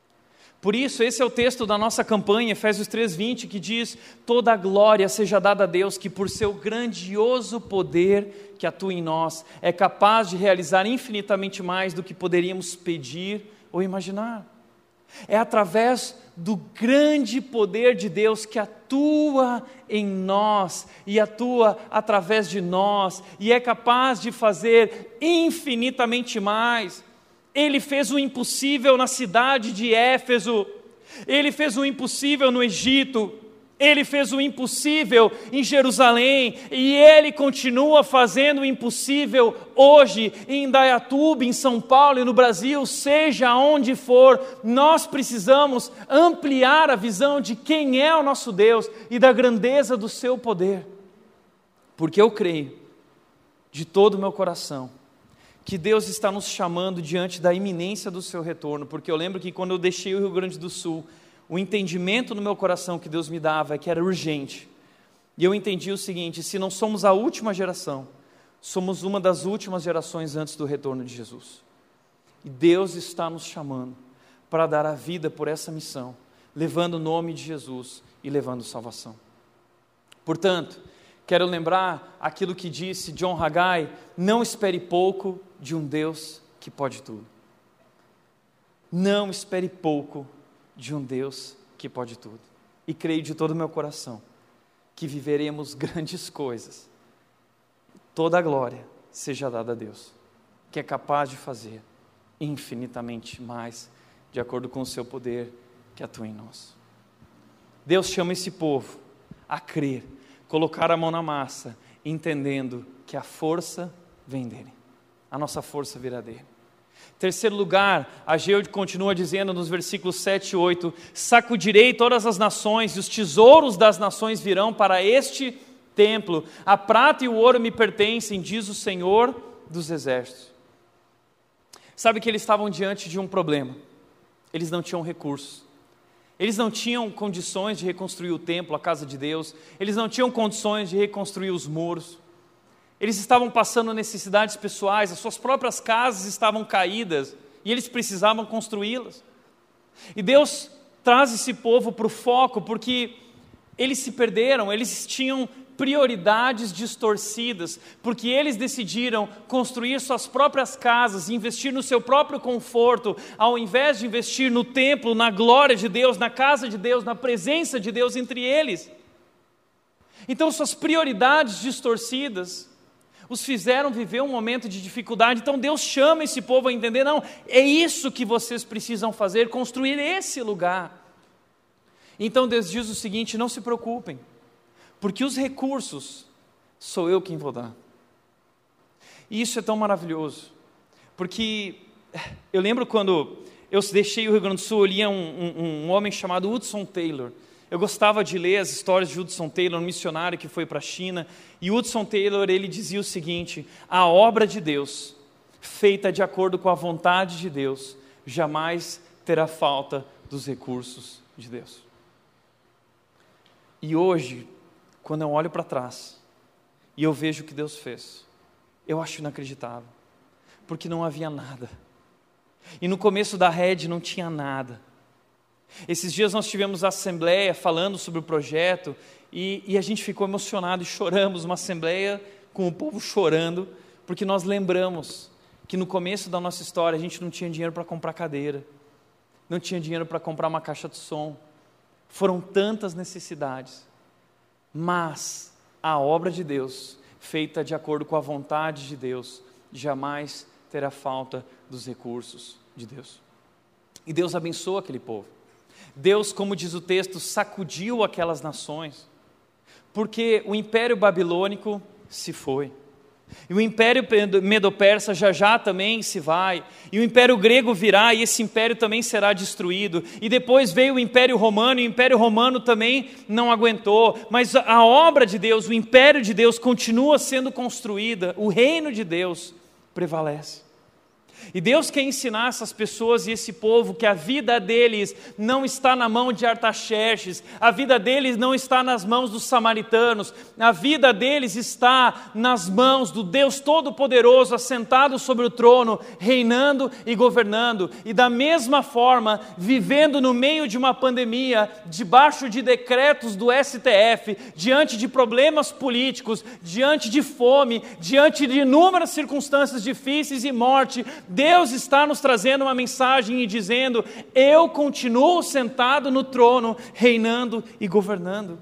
Por isso, esse é o texto da nossa campanha, Efésios três, vinte, que diz: toda a glória seja dada a Deus, que por seu grandioso poder que atua em nós, é capaz de realizar infinitamente mais do que poderíamos pedir ou imaginar. É através do grande poder de Deus que atua em nós, e atua através de nós, e é capaz de fazer infinitamente mais. Ele fez o impossível na cidade de Éfeso, Ele fez o impossível no Egito, Ele fez o impossível em Jerusalém, e Ele continua fazendo o impossível hoje, em Indaiatuba, em São Paulo e no Brasil, seja onde for. Nós precisamos ampliar a visão de quem é o nosso Deus e da grandeza do seu poder, porque eu creio de todo o meu coração que Deus está nos chamando diante da iminência do seu retorno, porque eu lembro que quando eu deixei o Rio Grande do Sul, o entendimento no meu coração que Deus me dava é que era urgente, e eu entendi o seguinte: se não somos a última geração, somos uma das últimas gerações antes do retorno de Jesus, e Deus está nos chamando para dar a vida por essa missão, levando o nome de Jesus e levando salvação. Portanto, quero lembrar aquilo que disse John Haggai: não espere pouco de um Deus que pode tudo. Não espere pouco de um Deus que pode tudo. E creio de todo o meu coração que viveremos grandes coisas. Toda a glória seja dada a Deus, que é capaz de fazer infinitamente mais, de acordo com o seu poder que atua em nós. Deus chama esse povo a crer, colocar a mão na massa, entendendo que a força vem dele. A nossa força virá dele. Terceiro lugar, Ageu continua dizendo nos versículos sete e oito: sacudirei todas as nações, e os tesouros das nações virão para este templo. A prata e o ouro me pertencem, diz o Senhor dos Exércitos. Sabe que eles estavam diante de um problema. Eles não tinham recursos. Eles não tinham condições de reconstruir o templo, a casa de Deus. Eles não tinham condições de reconstruir os muros. Eles estavam passando necessidades pessoais, as suas próprias casas estavam caídas e eles precisavam construí-las. E Deus traz esse povo para o foco porque eles se perderam, eles tinham prioridades distorcidas, porque eles decidiram construir suas próprias casas, investir no seu próprio conforto, ao invés de investir no templo, na glória de Deus, na casa de Deus, na presença de Deus entre eles. Então suas prioridades distorcidas os fizeram viver um momento de dificuldade. Então Deus chama esse povo a entender: não, é isso que vocês precisam fazer, construir esse lugar. Então Deus diz o seguinte: não se preocupem, porque os recursos sou eu quem vou dar. E isso é tão maravilhoso, porque eu lembro quando eu deixei o Rio Grande do Sul, eu lia um, um, um homem chamado Hudson Taylor. Eu gostava de ler as histórias de Hudson Taylor, um missionário que foi para a China, e Hudson Taylor, ele dizia o seguinte: a obra de Deus, feita de acordo com a vontade de Deus, jamais terá falta dos recursos de Deus. E hoje, quando eu olho para trás, e eu vejo o que Deus fez, eu acho inacreditável, porque não havia nada, e no começo da rede não tinha nada. Esses dias nós tivemos a assembleia falando sobre o projeto e, e a gente ficou emocionado e choramos, uma assembleia com o povo chorando, porque nós lembramos que no começo da nossa história a gente não tinha dinheiro para comprar cadeira, não tinha dinheiro para comprar uma caixa de som. Foram tantas necessidades, mas a obra de Deus, feita de acordo com a vontade de Deus, jamais terá falta dos recursos de Deus. E Deus abençoou aquele povo. Deus, como diz o texto, sacudiu aquelas nações, porque o império babilônico se foi, e o império medo-persa já já também se vai, e o império grego virá, e esse império também será destruído, e depois veio o império romano, e o império romano também não aguentou, mas a obra de Deus, o império de Deus continua sendo construída, o reino de Deus prevalece. E Deus quer ensinar essas pessoas e esse povo que a vida deles não está na mão de Artaxerxes, a vida deles não está nas mãos dos samaritanos, a vida deles está nas mãos do Deus Todo-Poderoso, assentado sobre o trono, reinando e governando. E da mesma forma, vivendo no meio de uma pandemia, debaixo de decretos do S T F, diante de problemas políticos, diante de fome, diante de inúmeras circunstâncias difíceis e morte, Deus está nos trazendo uma mensagem e dizendo: eu continuo sentado no trono, reinando e governando.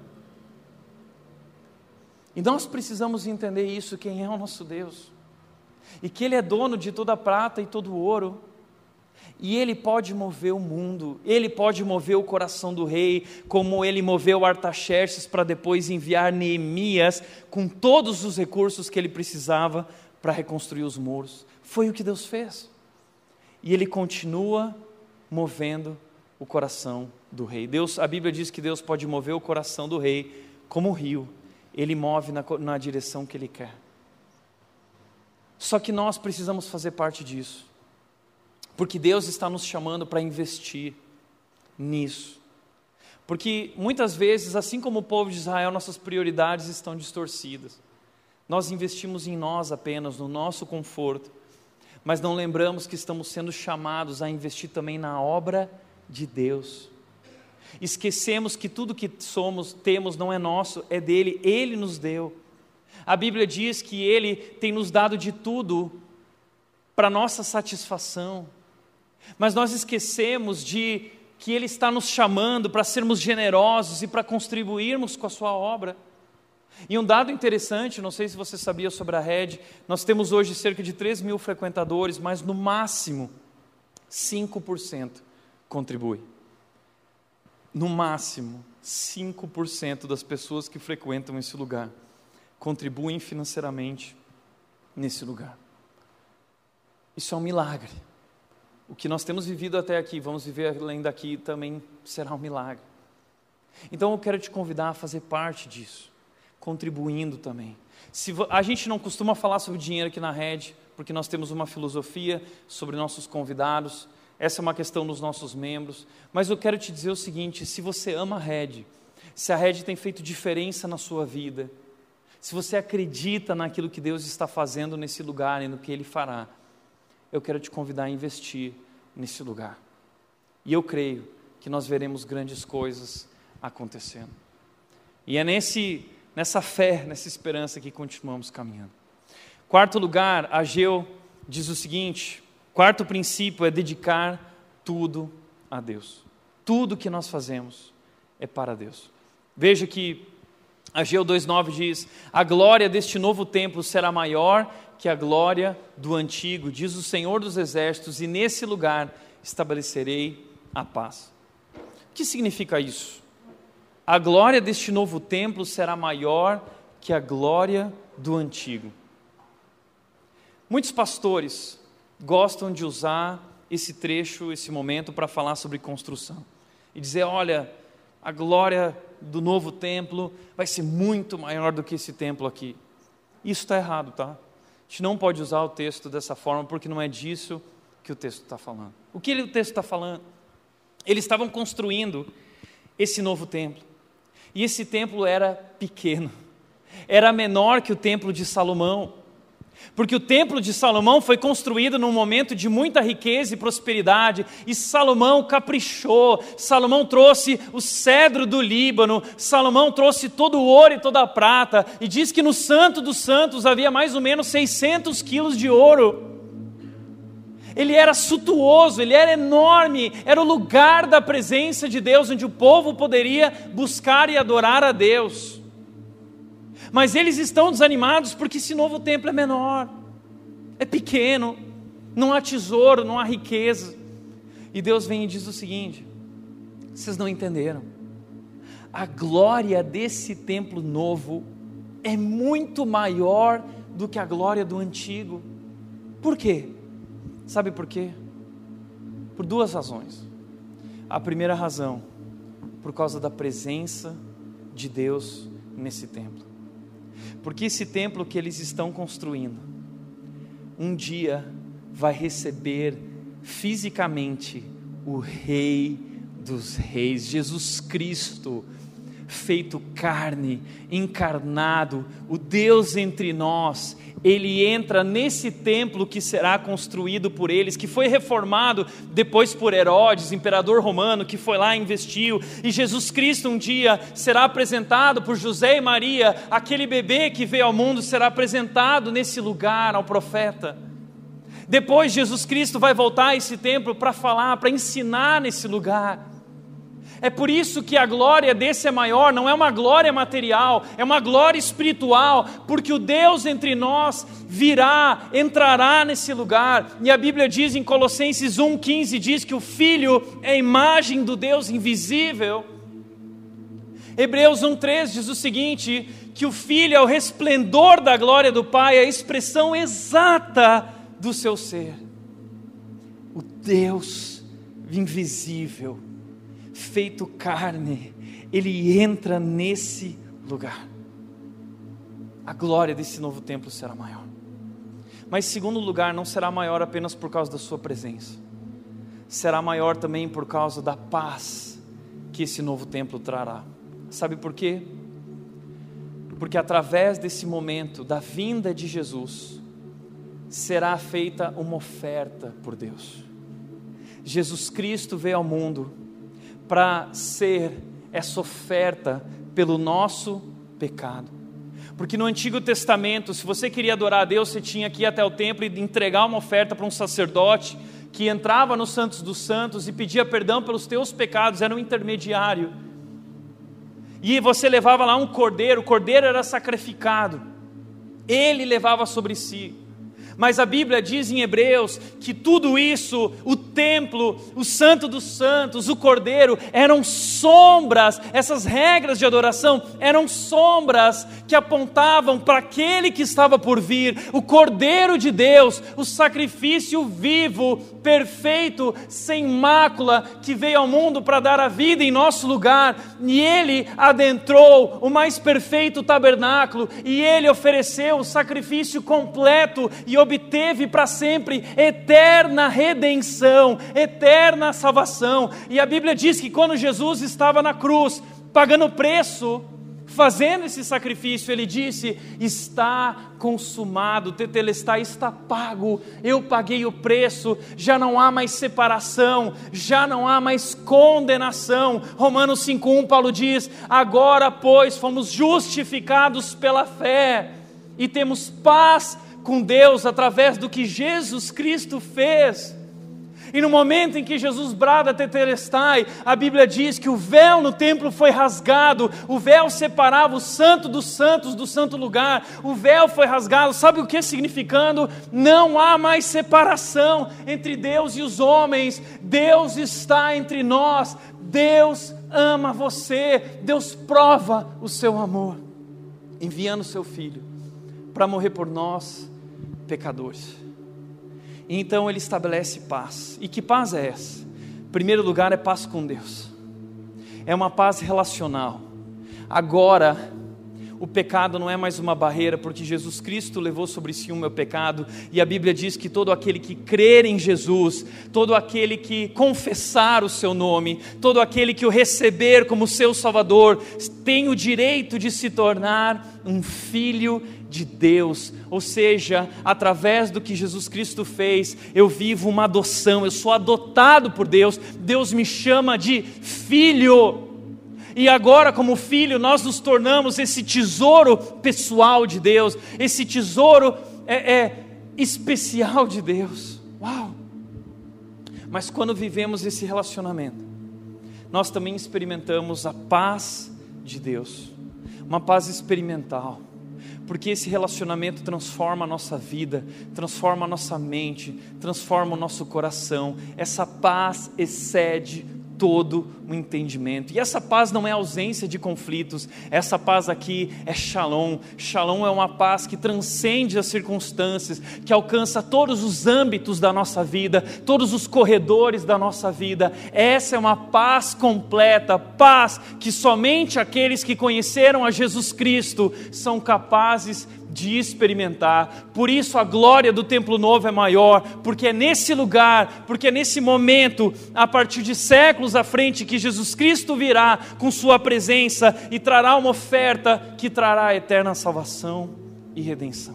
E nós precisamos entender isso, quem é o nosso Deus, e que Ele é dono de toda a prata e todo o ouro, e Ele pode mover o mundo, Ele pode mover o coração do rei, como Ele moveu Artaxerxes para depois enviar Neemias com todos os recursos que ele precisava para reconstruir os muros. Foi o que Deus fez. E Ele continua movendo o coração do rei. Deus, a Bíblia diz que Deus pode mover o coração do rei como o rio. Ele move na, na direção que Ele quer. Só que nós precisamos fazer parte disso. Porque Deus está nos chamando para investir nisso. Porque muitas vezes, assim como o povo de Israel, nossas prioridades estão distorcidas. Nós investimos em nós apenas, no nosso conforto, mas não lembramos que estamos sendo chamados a investir também na obra de Deus. Esquecemos que tudo que somos, temos, não é nosso, é dele, Ele nos deu. A Bíblia diz que Ele tem nos dado de tudo para nossa satisfação, mas nós esquecemos de que Ele está nos chamando para sermos generosos e para contribuirmos com a sua obra. E um dado interessante, não sei se você sabia sobre a Red, nós temos hoje cerca de três mil frequentadores, mas no máximo cinco por cento contribui. No máximo cinco por cento das pessoas que frequentam esse lugar contribuem financeiramente nesse lugar. Isso é um milagre. O que nós temos vivido até aqui, vamos viver além daqui, também será um milagre. Então eu quero te convidar a fazer parte disso, contribuindo também. Se a gente não costuma falar sobre dinheiro aqui na Red, porque nós temos uma filosofia sobre nossos convidados, essa é uma questão dos nossos membros, mas eu quero te dizer o seguinte: se você ama a Red, se a Red tem feito diferença na sua vida, se você acredita naquilo que Deus está fazendo nesse lugar e no que Ele fará, eu quero te convidar a investir nesse lugar. E eu creio que nós veremos grandes coisas acontecendo. E é nesse, nessa fé, nessa esperança que continuamos caminhando. Quarto lugar, Ageu diz o seguinte: quarto princípio é dedicar tudo a Deus. Tudo que nós fazemos é para Deus. Veja que Ageu dois nove diz: a glória deste novo templo será maior que a glória do antigo, diz o Senhor dos Exércitos, e nesse lugar estabelecerei a paz. O que significa isso? A glória deste novo templo será maior que a glória do antigo. Muitos pastores gostam de usar esse trecho, esse momento, para falar sobre construção e dizer: olha, a glória do novo templo vai ser muito maior do que esse templo aqui. Isso está errado, tá? A gente não pode usar o texto dessa forma, porque não é disso que o texto está falando. O que o texto está falando? Eles estavam construindo esse novo templo, e esse templo era pequeno, era menor que o templo de Salomão, porque o templo de Salomão foi construído num momento de muita riqueza e prosperidade, e Salomão caprichou, Salomão trouxe o cedro do Líbano, Salomão trouxe todo o ouro e toda a prata, e diz que no Santo dos Santos havia mais ou menos seiscentos quilos de ouro. Ele era suntuoso, ele era enorme, era o lugar da presença de Deus, onde o povo poderia buscar e adorar a Deus. Mas eles estão desanimados porque esse novo templo é menor, é pequeno, não há tesouro, não há riqueza. E Deus vem e diz o seguinte: vocês não entenderam, a glória desse templo novo é muito maior do que a glória do antigo. Por quê? Sabe por quê? Por duas razões. A primeira razão, por causa da presença de Deus nesse templo. Porque esse templo que eles estão construindo, um dia vai receber fisicamente o Rei dos Reis, Jesus Cristo, feito carne, encarnado, o Deus entre nós. Ele entra nesse templo que será construído por eles, que foi reformado depois por Herodes, imperador romano, que foi lá e investiu. E Jesus Cristo um dia será apresentado por José e Maria, aquele bebê que veio ao mundo será apresentado nesse lugar ao profeta. Depois Jesus Cristo vai voltar a esse templo para falar, para ensinar nesse lugar. É por isso que a glória desse é maior, não é uma glória material, é uma glória espiritual, porque o Deus entre nós virá, entrará nesse lugar. E a Bíblia diz em Colossenses um, quinze, diz que o Filho é a imagem do Deus invisível. Hebreus um, três diz o seguinte, que o Filho é o resplendor da glória do Pai, a expressão exata do seu ser. O Deus invisível, feito carne, ele entra nesse lugar. A glória desse novo templo será maior. Mas, em segundo lugar, não será maior apenas por causa da sua presença, será maior também por causa da paz que esse novo templo trará. Sabe por quê? Porque através desse momento da vinda de Jesus, será feita uma oferta por Deus. Jesus Cristo veio ao mundo para ser essa oferta pelo nosso pecado. Porque no Antigo Testamento, se você queria adorar a Deus, você tinha que ir até o templo e entregar uma oferta para um sacerdote, que entrava nos Santos dos Santos e pedia perdão pelos teus pecados, era um intermediário. E você levava lá um cordeiro, o cordeiro era sacrificado, ele levava sobre si. Mas a Bíblia diz em Hebreus que tudo isso, o templo, o santo dos santos, o cordeiro, eram sombras, essas regras de adoração eram sombras que apontavam para aquele que estava por vir, o Cordeiro de Deus, o sacrifício vivo, perfeito, sem mácula, que veio ao mundo para dar a vida em nosso lugar. E ele adentrou o mais perfeito tabernáculo, e ele ofereceu o sacrifício completo e obteve para sempre eterna redenção, eterna salvação. E a Bíblia diz que quando Jesus estava na cruz, pagando preço, fazendo esse sacrifício, ele disse: está consumado, tetelestai, está pago, eu paguei o preço, já não há mais separação, já não há mais condenação. Romanos cinco, um, Paulo diz: agora pois fomos justificados pela fé e temos paz com Deus através do que Jesus Cristo fez. E no momento em que Jesus brada tetelestai, a Bíblia diz que o véu no templo foi rasgado, o véu separava o santo dos santos do santo lugar, o véu foi rasgado. Sabe o que significando? Não há mais separação entre Deus e os homens, Deus está entre nós, Deus ama você, Deus prova o seu amor, enviando o seu Filho para morrer por nós, pecadores. E então ele estabelece paz. E que paz é essa? Em primeiro lugar, é paz com Deus, é uma paz relacional. Agora o pecado não é mais uma barreira, porque Jesus Cristo levou sobre si o meu pecado, e a Bíblia diz que todo aquele que crer em Jesus, todo aquele que confessar o seu nome, todo aquele que o receber como seu Salvador, tem o direito de se tornar um filho de Deus. Ou seja, através do que Jesus Cristo fez, eu vivo uma adoção, eu sou adotado por Deus, Deus me chama de filho. E agora, como filho, nós nos tornamos esse tesouro pessoal de Deus, esse tesouro é, é, especial de Deus. Uau! Mas quando vivemos esse relacionamento, nós também experimentamos a paz de Deus, uma paz experimental, porque esse relacionamento transforma a nossa vida, transforma a nossa mente, transforma o nosso coração. Essa paz excede todo o entendimento, e essa paz não é ausência de conflitos, essa paz aqui é shalom. Shalom é uma paz que transcende as circunstâncias, que alcança todos os âmbitos da nossa vida, todos os corredores da nossa vida. Essa é uma paz completa, paz que somente aqueles que conheceram a Jesus Cristo são capazes de experimentar. Por isso a glória do templo novo é maior, porque é nesse lugar, porque é nesse momento, a partir de séculos à frente, que Jesus Cristo virá com sua presença e trará uma oferta que trará a eterna salvação e redenção.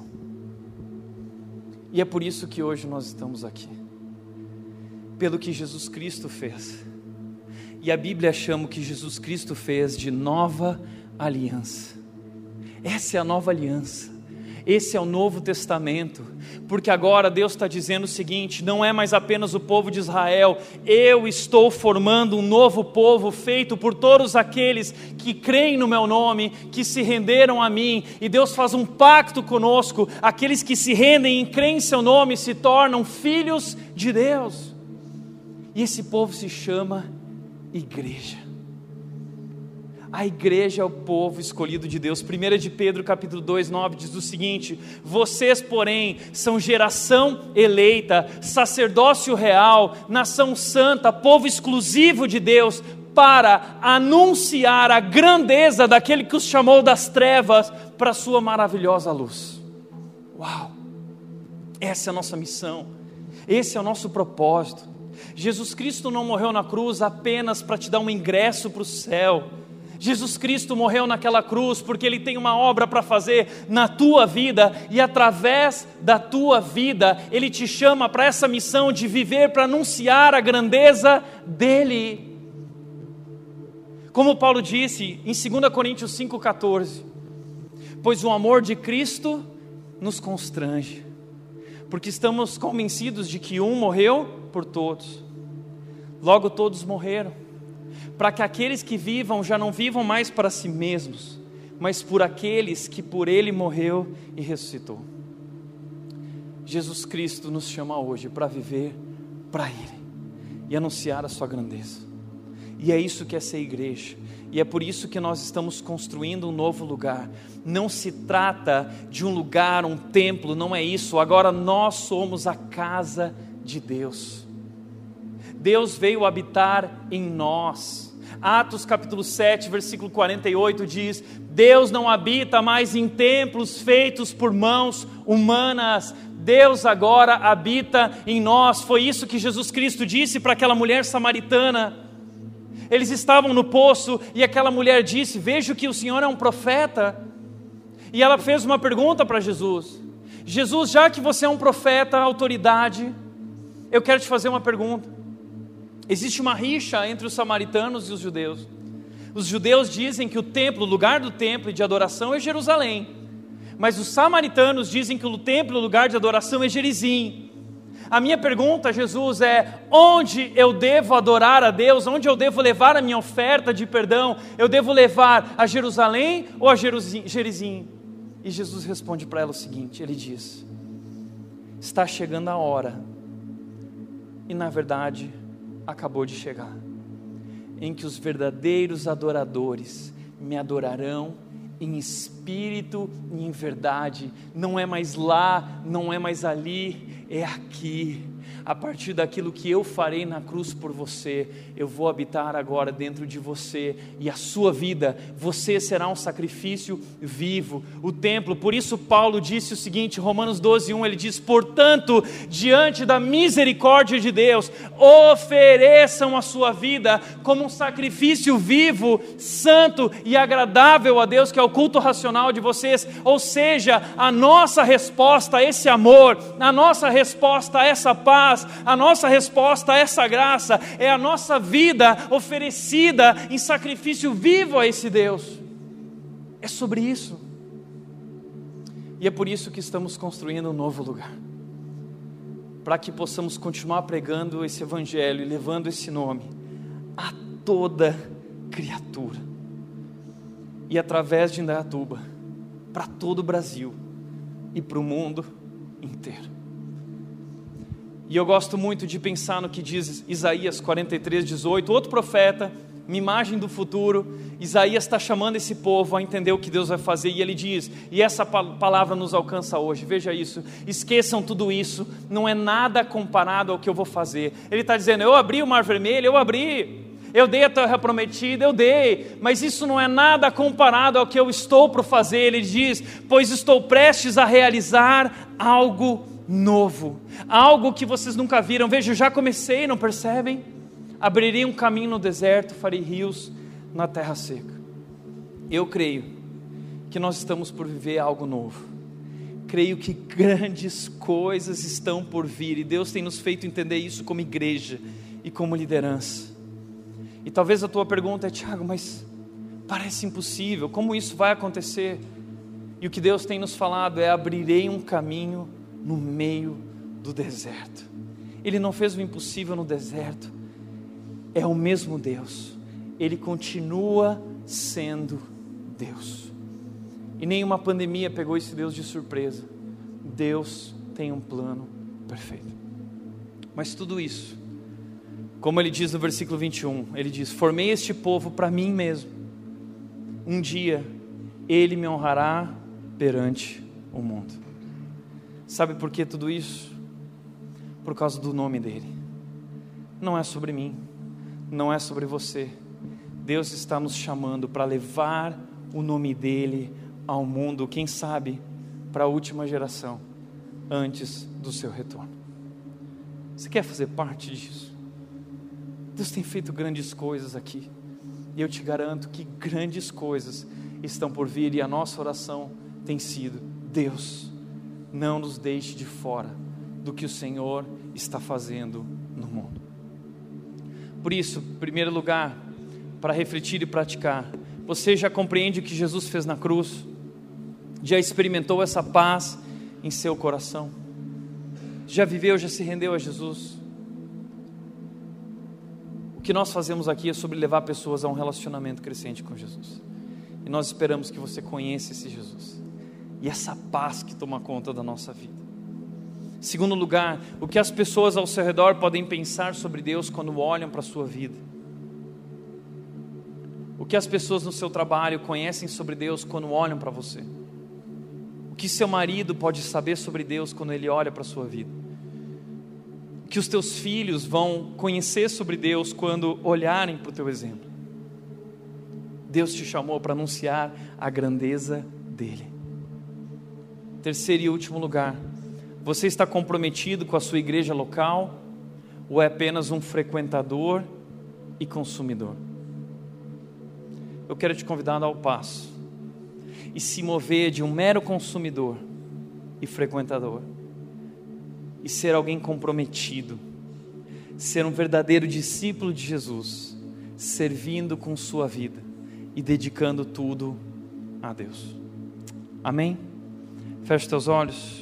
E é por isso que hoje nós estamos aqui, pelo que Jesus Cristo fez. E a Bíblia chama o que Jesus Cristo fez de nova aliança. Essa é a nova aliança. Esse é o Novo Testamento, porque agora Deus está dizendo o seguinte: não é mais apenas o povo de Israel, eu estou formando um novo povo, feito por todos aqueles que creem no meu nome, que se renderam a mim, e Deus faz um pacto conosco. Aqueles que se rendem e creem em seu nome se tornam filhos de Deus, e esse povo se chama igreja. A igreja é o povo escolhido de Deus. primeira de Pedro capítulo dois, nove diz o seguinte: vocês porém são geração eleita, sacerdócio real, nação santa, povo exclusivo de Deus, para anunciar a grandeza daquele que os chamou das trevas para a sua maravilhosa luz. Uau! Essa é a nossa missão, esse é o nosso propósito. Jesus Cristo não morreu na cruz apenas para te dar um ingresso para o céu. Jesus Cristo morreu naquela cruz porque Ele tem uma obra para fazer na tua vida, e através da tua vida Ele te chama para essa missão de viver para anunciar a grandeza dEle. Como Paulo disse em dois Coríntios cinco, quatorze, pois o amor de Cristo nos constrange, porque estamos convencidos de que um morreu por todos, logo todos morreram, para que aqueles que vivam já não vivam mais para si mesmos, mas por aqueles que por Ele morreu e ressuscitou. Jesus Cristo nos chama hoje para viver para Ele e anunciar a sua grandeza, e é isso que é ser igreja, e é por isso que nós estamos construindo um novo lugar. Não se trata de um lugar, um templo, não é isso. Agora nós somos a casa de Deus. Deus veio habitar em nós. Atos capítulo sete, versículo quarenta e oito diz: Deus não habita mais em templos feitos por mãos humanas, Deus agora habita em nós. Foi isso que Jesus Cristo disse para aquela mulher samaritana. Eles estavam no poço e aquela mulher disse: vejo que o Senhor é um profeta. E ela fez uma pergunta para Jesus: Jesus, já que você é um profeta, autoridade, eu quero te fazer uma pergunta. Existe uma rixa entre os samaritanos e os judeus. Os judeus dizem que o templo, o lugar do templo e de adoração é Jerusalém, mas os samaritanos dizem que o templo, o lugar de adoração é Gerizim. A minha pergunta, Jesus, é: onde eu devo adorar a Deus? Onde eu devo levar a minha oferta de perdão? Eu devo levar a Jerusalém ou a Gerizim? E Jesus responde para ela o seguinte, ele diz: está chegando a hora, e na verdade acabou de chegar, em que os verdadeiros adoradores me adorarão em espírito e em verdade. Não é mais lá, não é mais ali, é aqui. A partir daquilo que eu farei na cruz por você, eu vou habitar agora dentro de você, e a sua vida, você será um sacrifício vivo, o templo. Por isso Paulo disse o seguinte, Romanos doze, um, ele diz: portanto, diante da misericórdia de Deus, ofereçam a sua vida como um sacrifício vivo, santo e agradável a Deus, que é o culto racional de vocês. Ou seja, a nossa resposta a esse amor, a nossa resposta a essa paz, a nossa resposta a essa graça é a nossa vida oferecida em sacrifício vivo a esse Deus. É sobre isso. E é por isso que estamos construindo um novo lugar, para que possamos continuar pregando esse evangelho e levando esse nome a toda criatura. E através de Indaiatuba, para todo o Brasil e para o mundo inteiro. E eu gosto muito de pensar no que diz Isaías quarenta e três, dezoito, outro profeta, uma imagem do futuro. Isaías está chamando esse povo a entender o que Deus vai fazer, e ele diz, e essa palavra nos alcança hoje, veja isso: esqueçam tudo isso, não é nada comparado ao que eu vou fazer. Ele está dizendo, eu abri o mar vermelho, eu abri, eu dei a terra prometida, eu dei, mas isso não é nada comparado ao que eu estou para fazer. Ele diz, pois estou prestes a realizar algo novo, algo que vocês nunca viram. Veja, eu já comecei, não percebem? Abrirei um caminho no deserto, farei rios na terra seca. Eu creio que nós estamos por viver algo novo. Creio que grandes coisas estão por vir, e Deus tem nos feito entender isso como igreja e como liderança. E talvez a tua pergunta é, Tiago, mas parece impossível, como isso vai acontecer? E o que Deus tem nos falado é, abrirei um caminho no meio do deserto. Ele não fez o impossível no deserto. É o mesmo Deus, Ele continua sendo Deus, e nenhuma pandemia pegou esse Deus de surpresa. Deus tem um plano perfeito. Mas tudo isso, como Ele diz no versículo vinte e um, Ele diz, formei este povo para mim mesmo, um dia Ele me honrará perante o mundo. Sabe por que tudo isso? Por causa do nome dEle. Não é sobre mim, não é sobre você. Deus está nos chamando para levar o nome dEle ao mundo, quem sabe para a última geração, antes do seu retorno. Você quer fazer parte disso? Deus tem feito grandes coisas aqui, e eu te garanto que grandes coisas estão por vir, e a nossa oração tem sido, Deus, não nos deixe de fora do que o Senhor está fazendo no mundo. Por isso, em primeiro lugar, para refletir e praticar, você já compreende o que Jesus fez na cruz? Já experimentou essa paz em seu coração? Já viveu, já se rendeu a Jesus? O que nós fazemos aqui é sobre levar pessoas a um relacionamento crescente com Jesus, e nós esperamos que você conheça esse Jesus e essa paz que toma conta da nossa vida. Segundo lugar, o que as pessoas ao seu redor podem pensar sobre Deus quando olham para a sua vida? O que as pessoas no seu trabalho conhecem sobre Deus quando olham para você? O que seu marido pode saber sobre Deus quando ele olha para a sua vida? O que os teus filhos vão conhecer sobre Deus quando olharem para o teu exemplo? Deus te chamou para anunciar a grandeza dEle. Terceiro e último lugar, você está comprometido com a sua igreja local, ou é apenas um frequentador e consumidor? Eu quero te convidar a dar o passo e se mover de um mero consumidor e frequentador, e ser alguém comprometido, ser um verdadeiro discípulo de Jesus, servindo com sua vida e dedicando tudo a Deus. Amém? Feche teus olhos.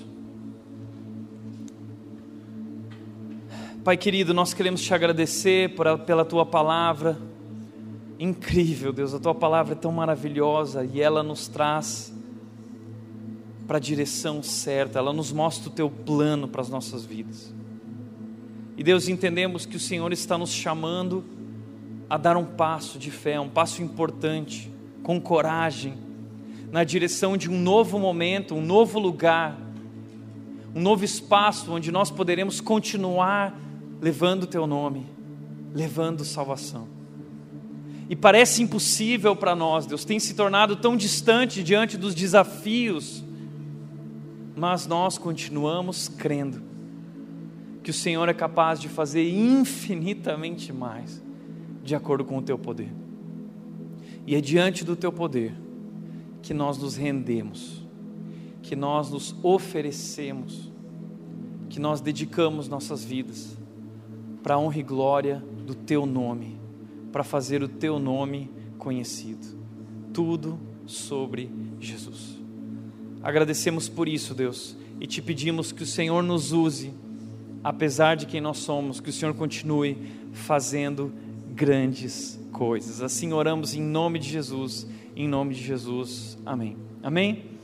Pai querido, nós queremos te agradecer por, pela Tua palavra, incrível Deus, a Tua palavra é tão maravilhosa, e ela nos traz para a direção certa, ela nos mostra o Teu plano para as nossas vidas. E Deus, entendemos que o Senhor está nos chamando a dar um passo de fé, um passo importante, com coragem, na direção de um novo momento, um novo lugar, um novo espaço onde nós poderemos continuar levando o Teu nome, levando salvação. E parece impossível para nós, Deus, tem se tornado tão distante diante dos desafios, mas nós continuamos crendo que o Senhor é capaz de fazer infinitamente mais, de acordo com o Teu poder. E é diante do Teu poder que nós nos rendemos, que nós nos oferecemos, que nós dedicamos nossas vidas para a honra e glória do Teu nome, para fazer o Teu nome conhecido. Tudo sobre Jesus. Agradecemos por isso, Deus, e Te pedimos que o Senhor nos use apesar de quem nós somos, que o Senhor continue fazendo grandes coisas. Assim oramos em nome de Jesus, em nome de Jesus. Amém. Amém?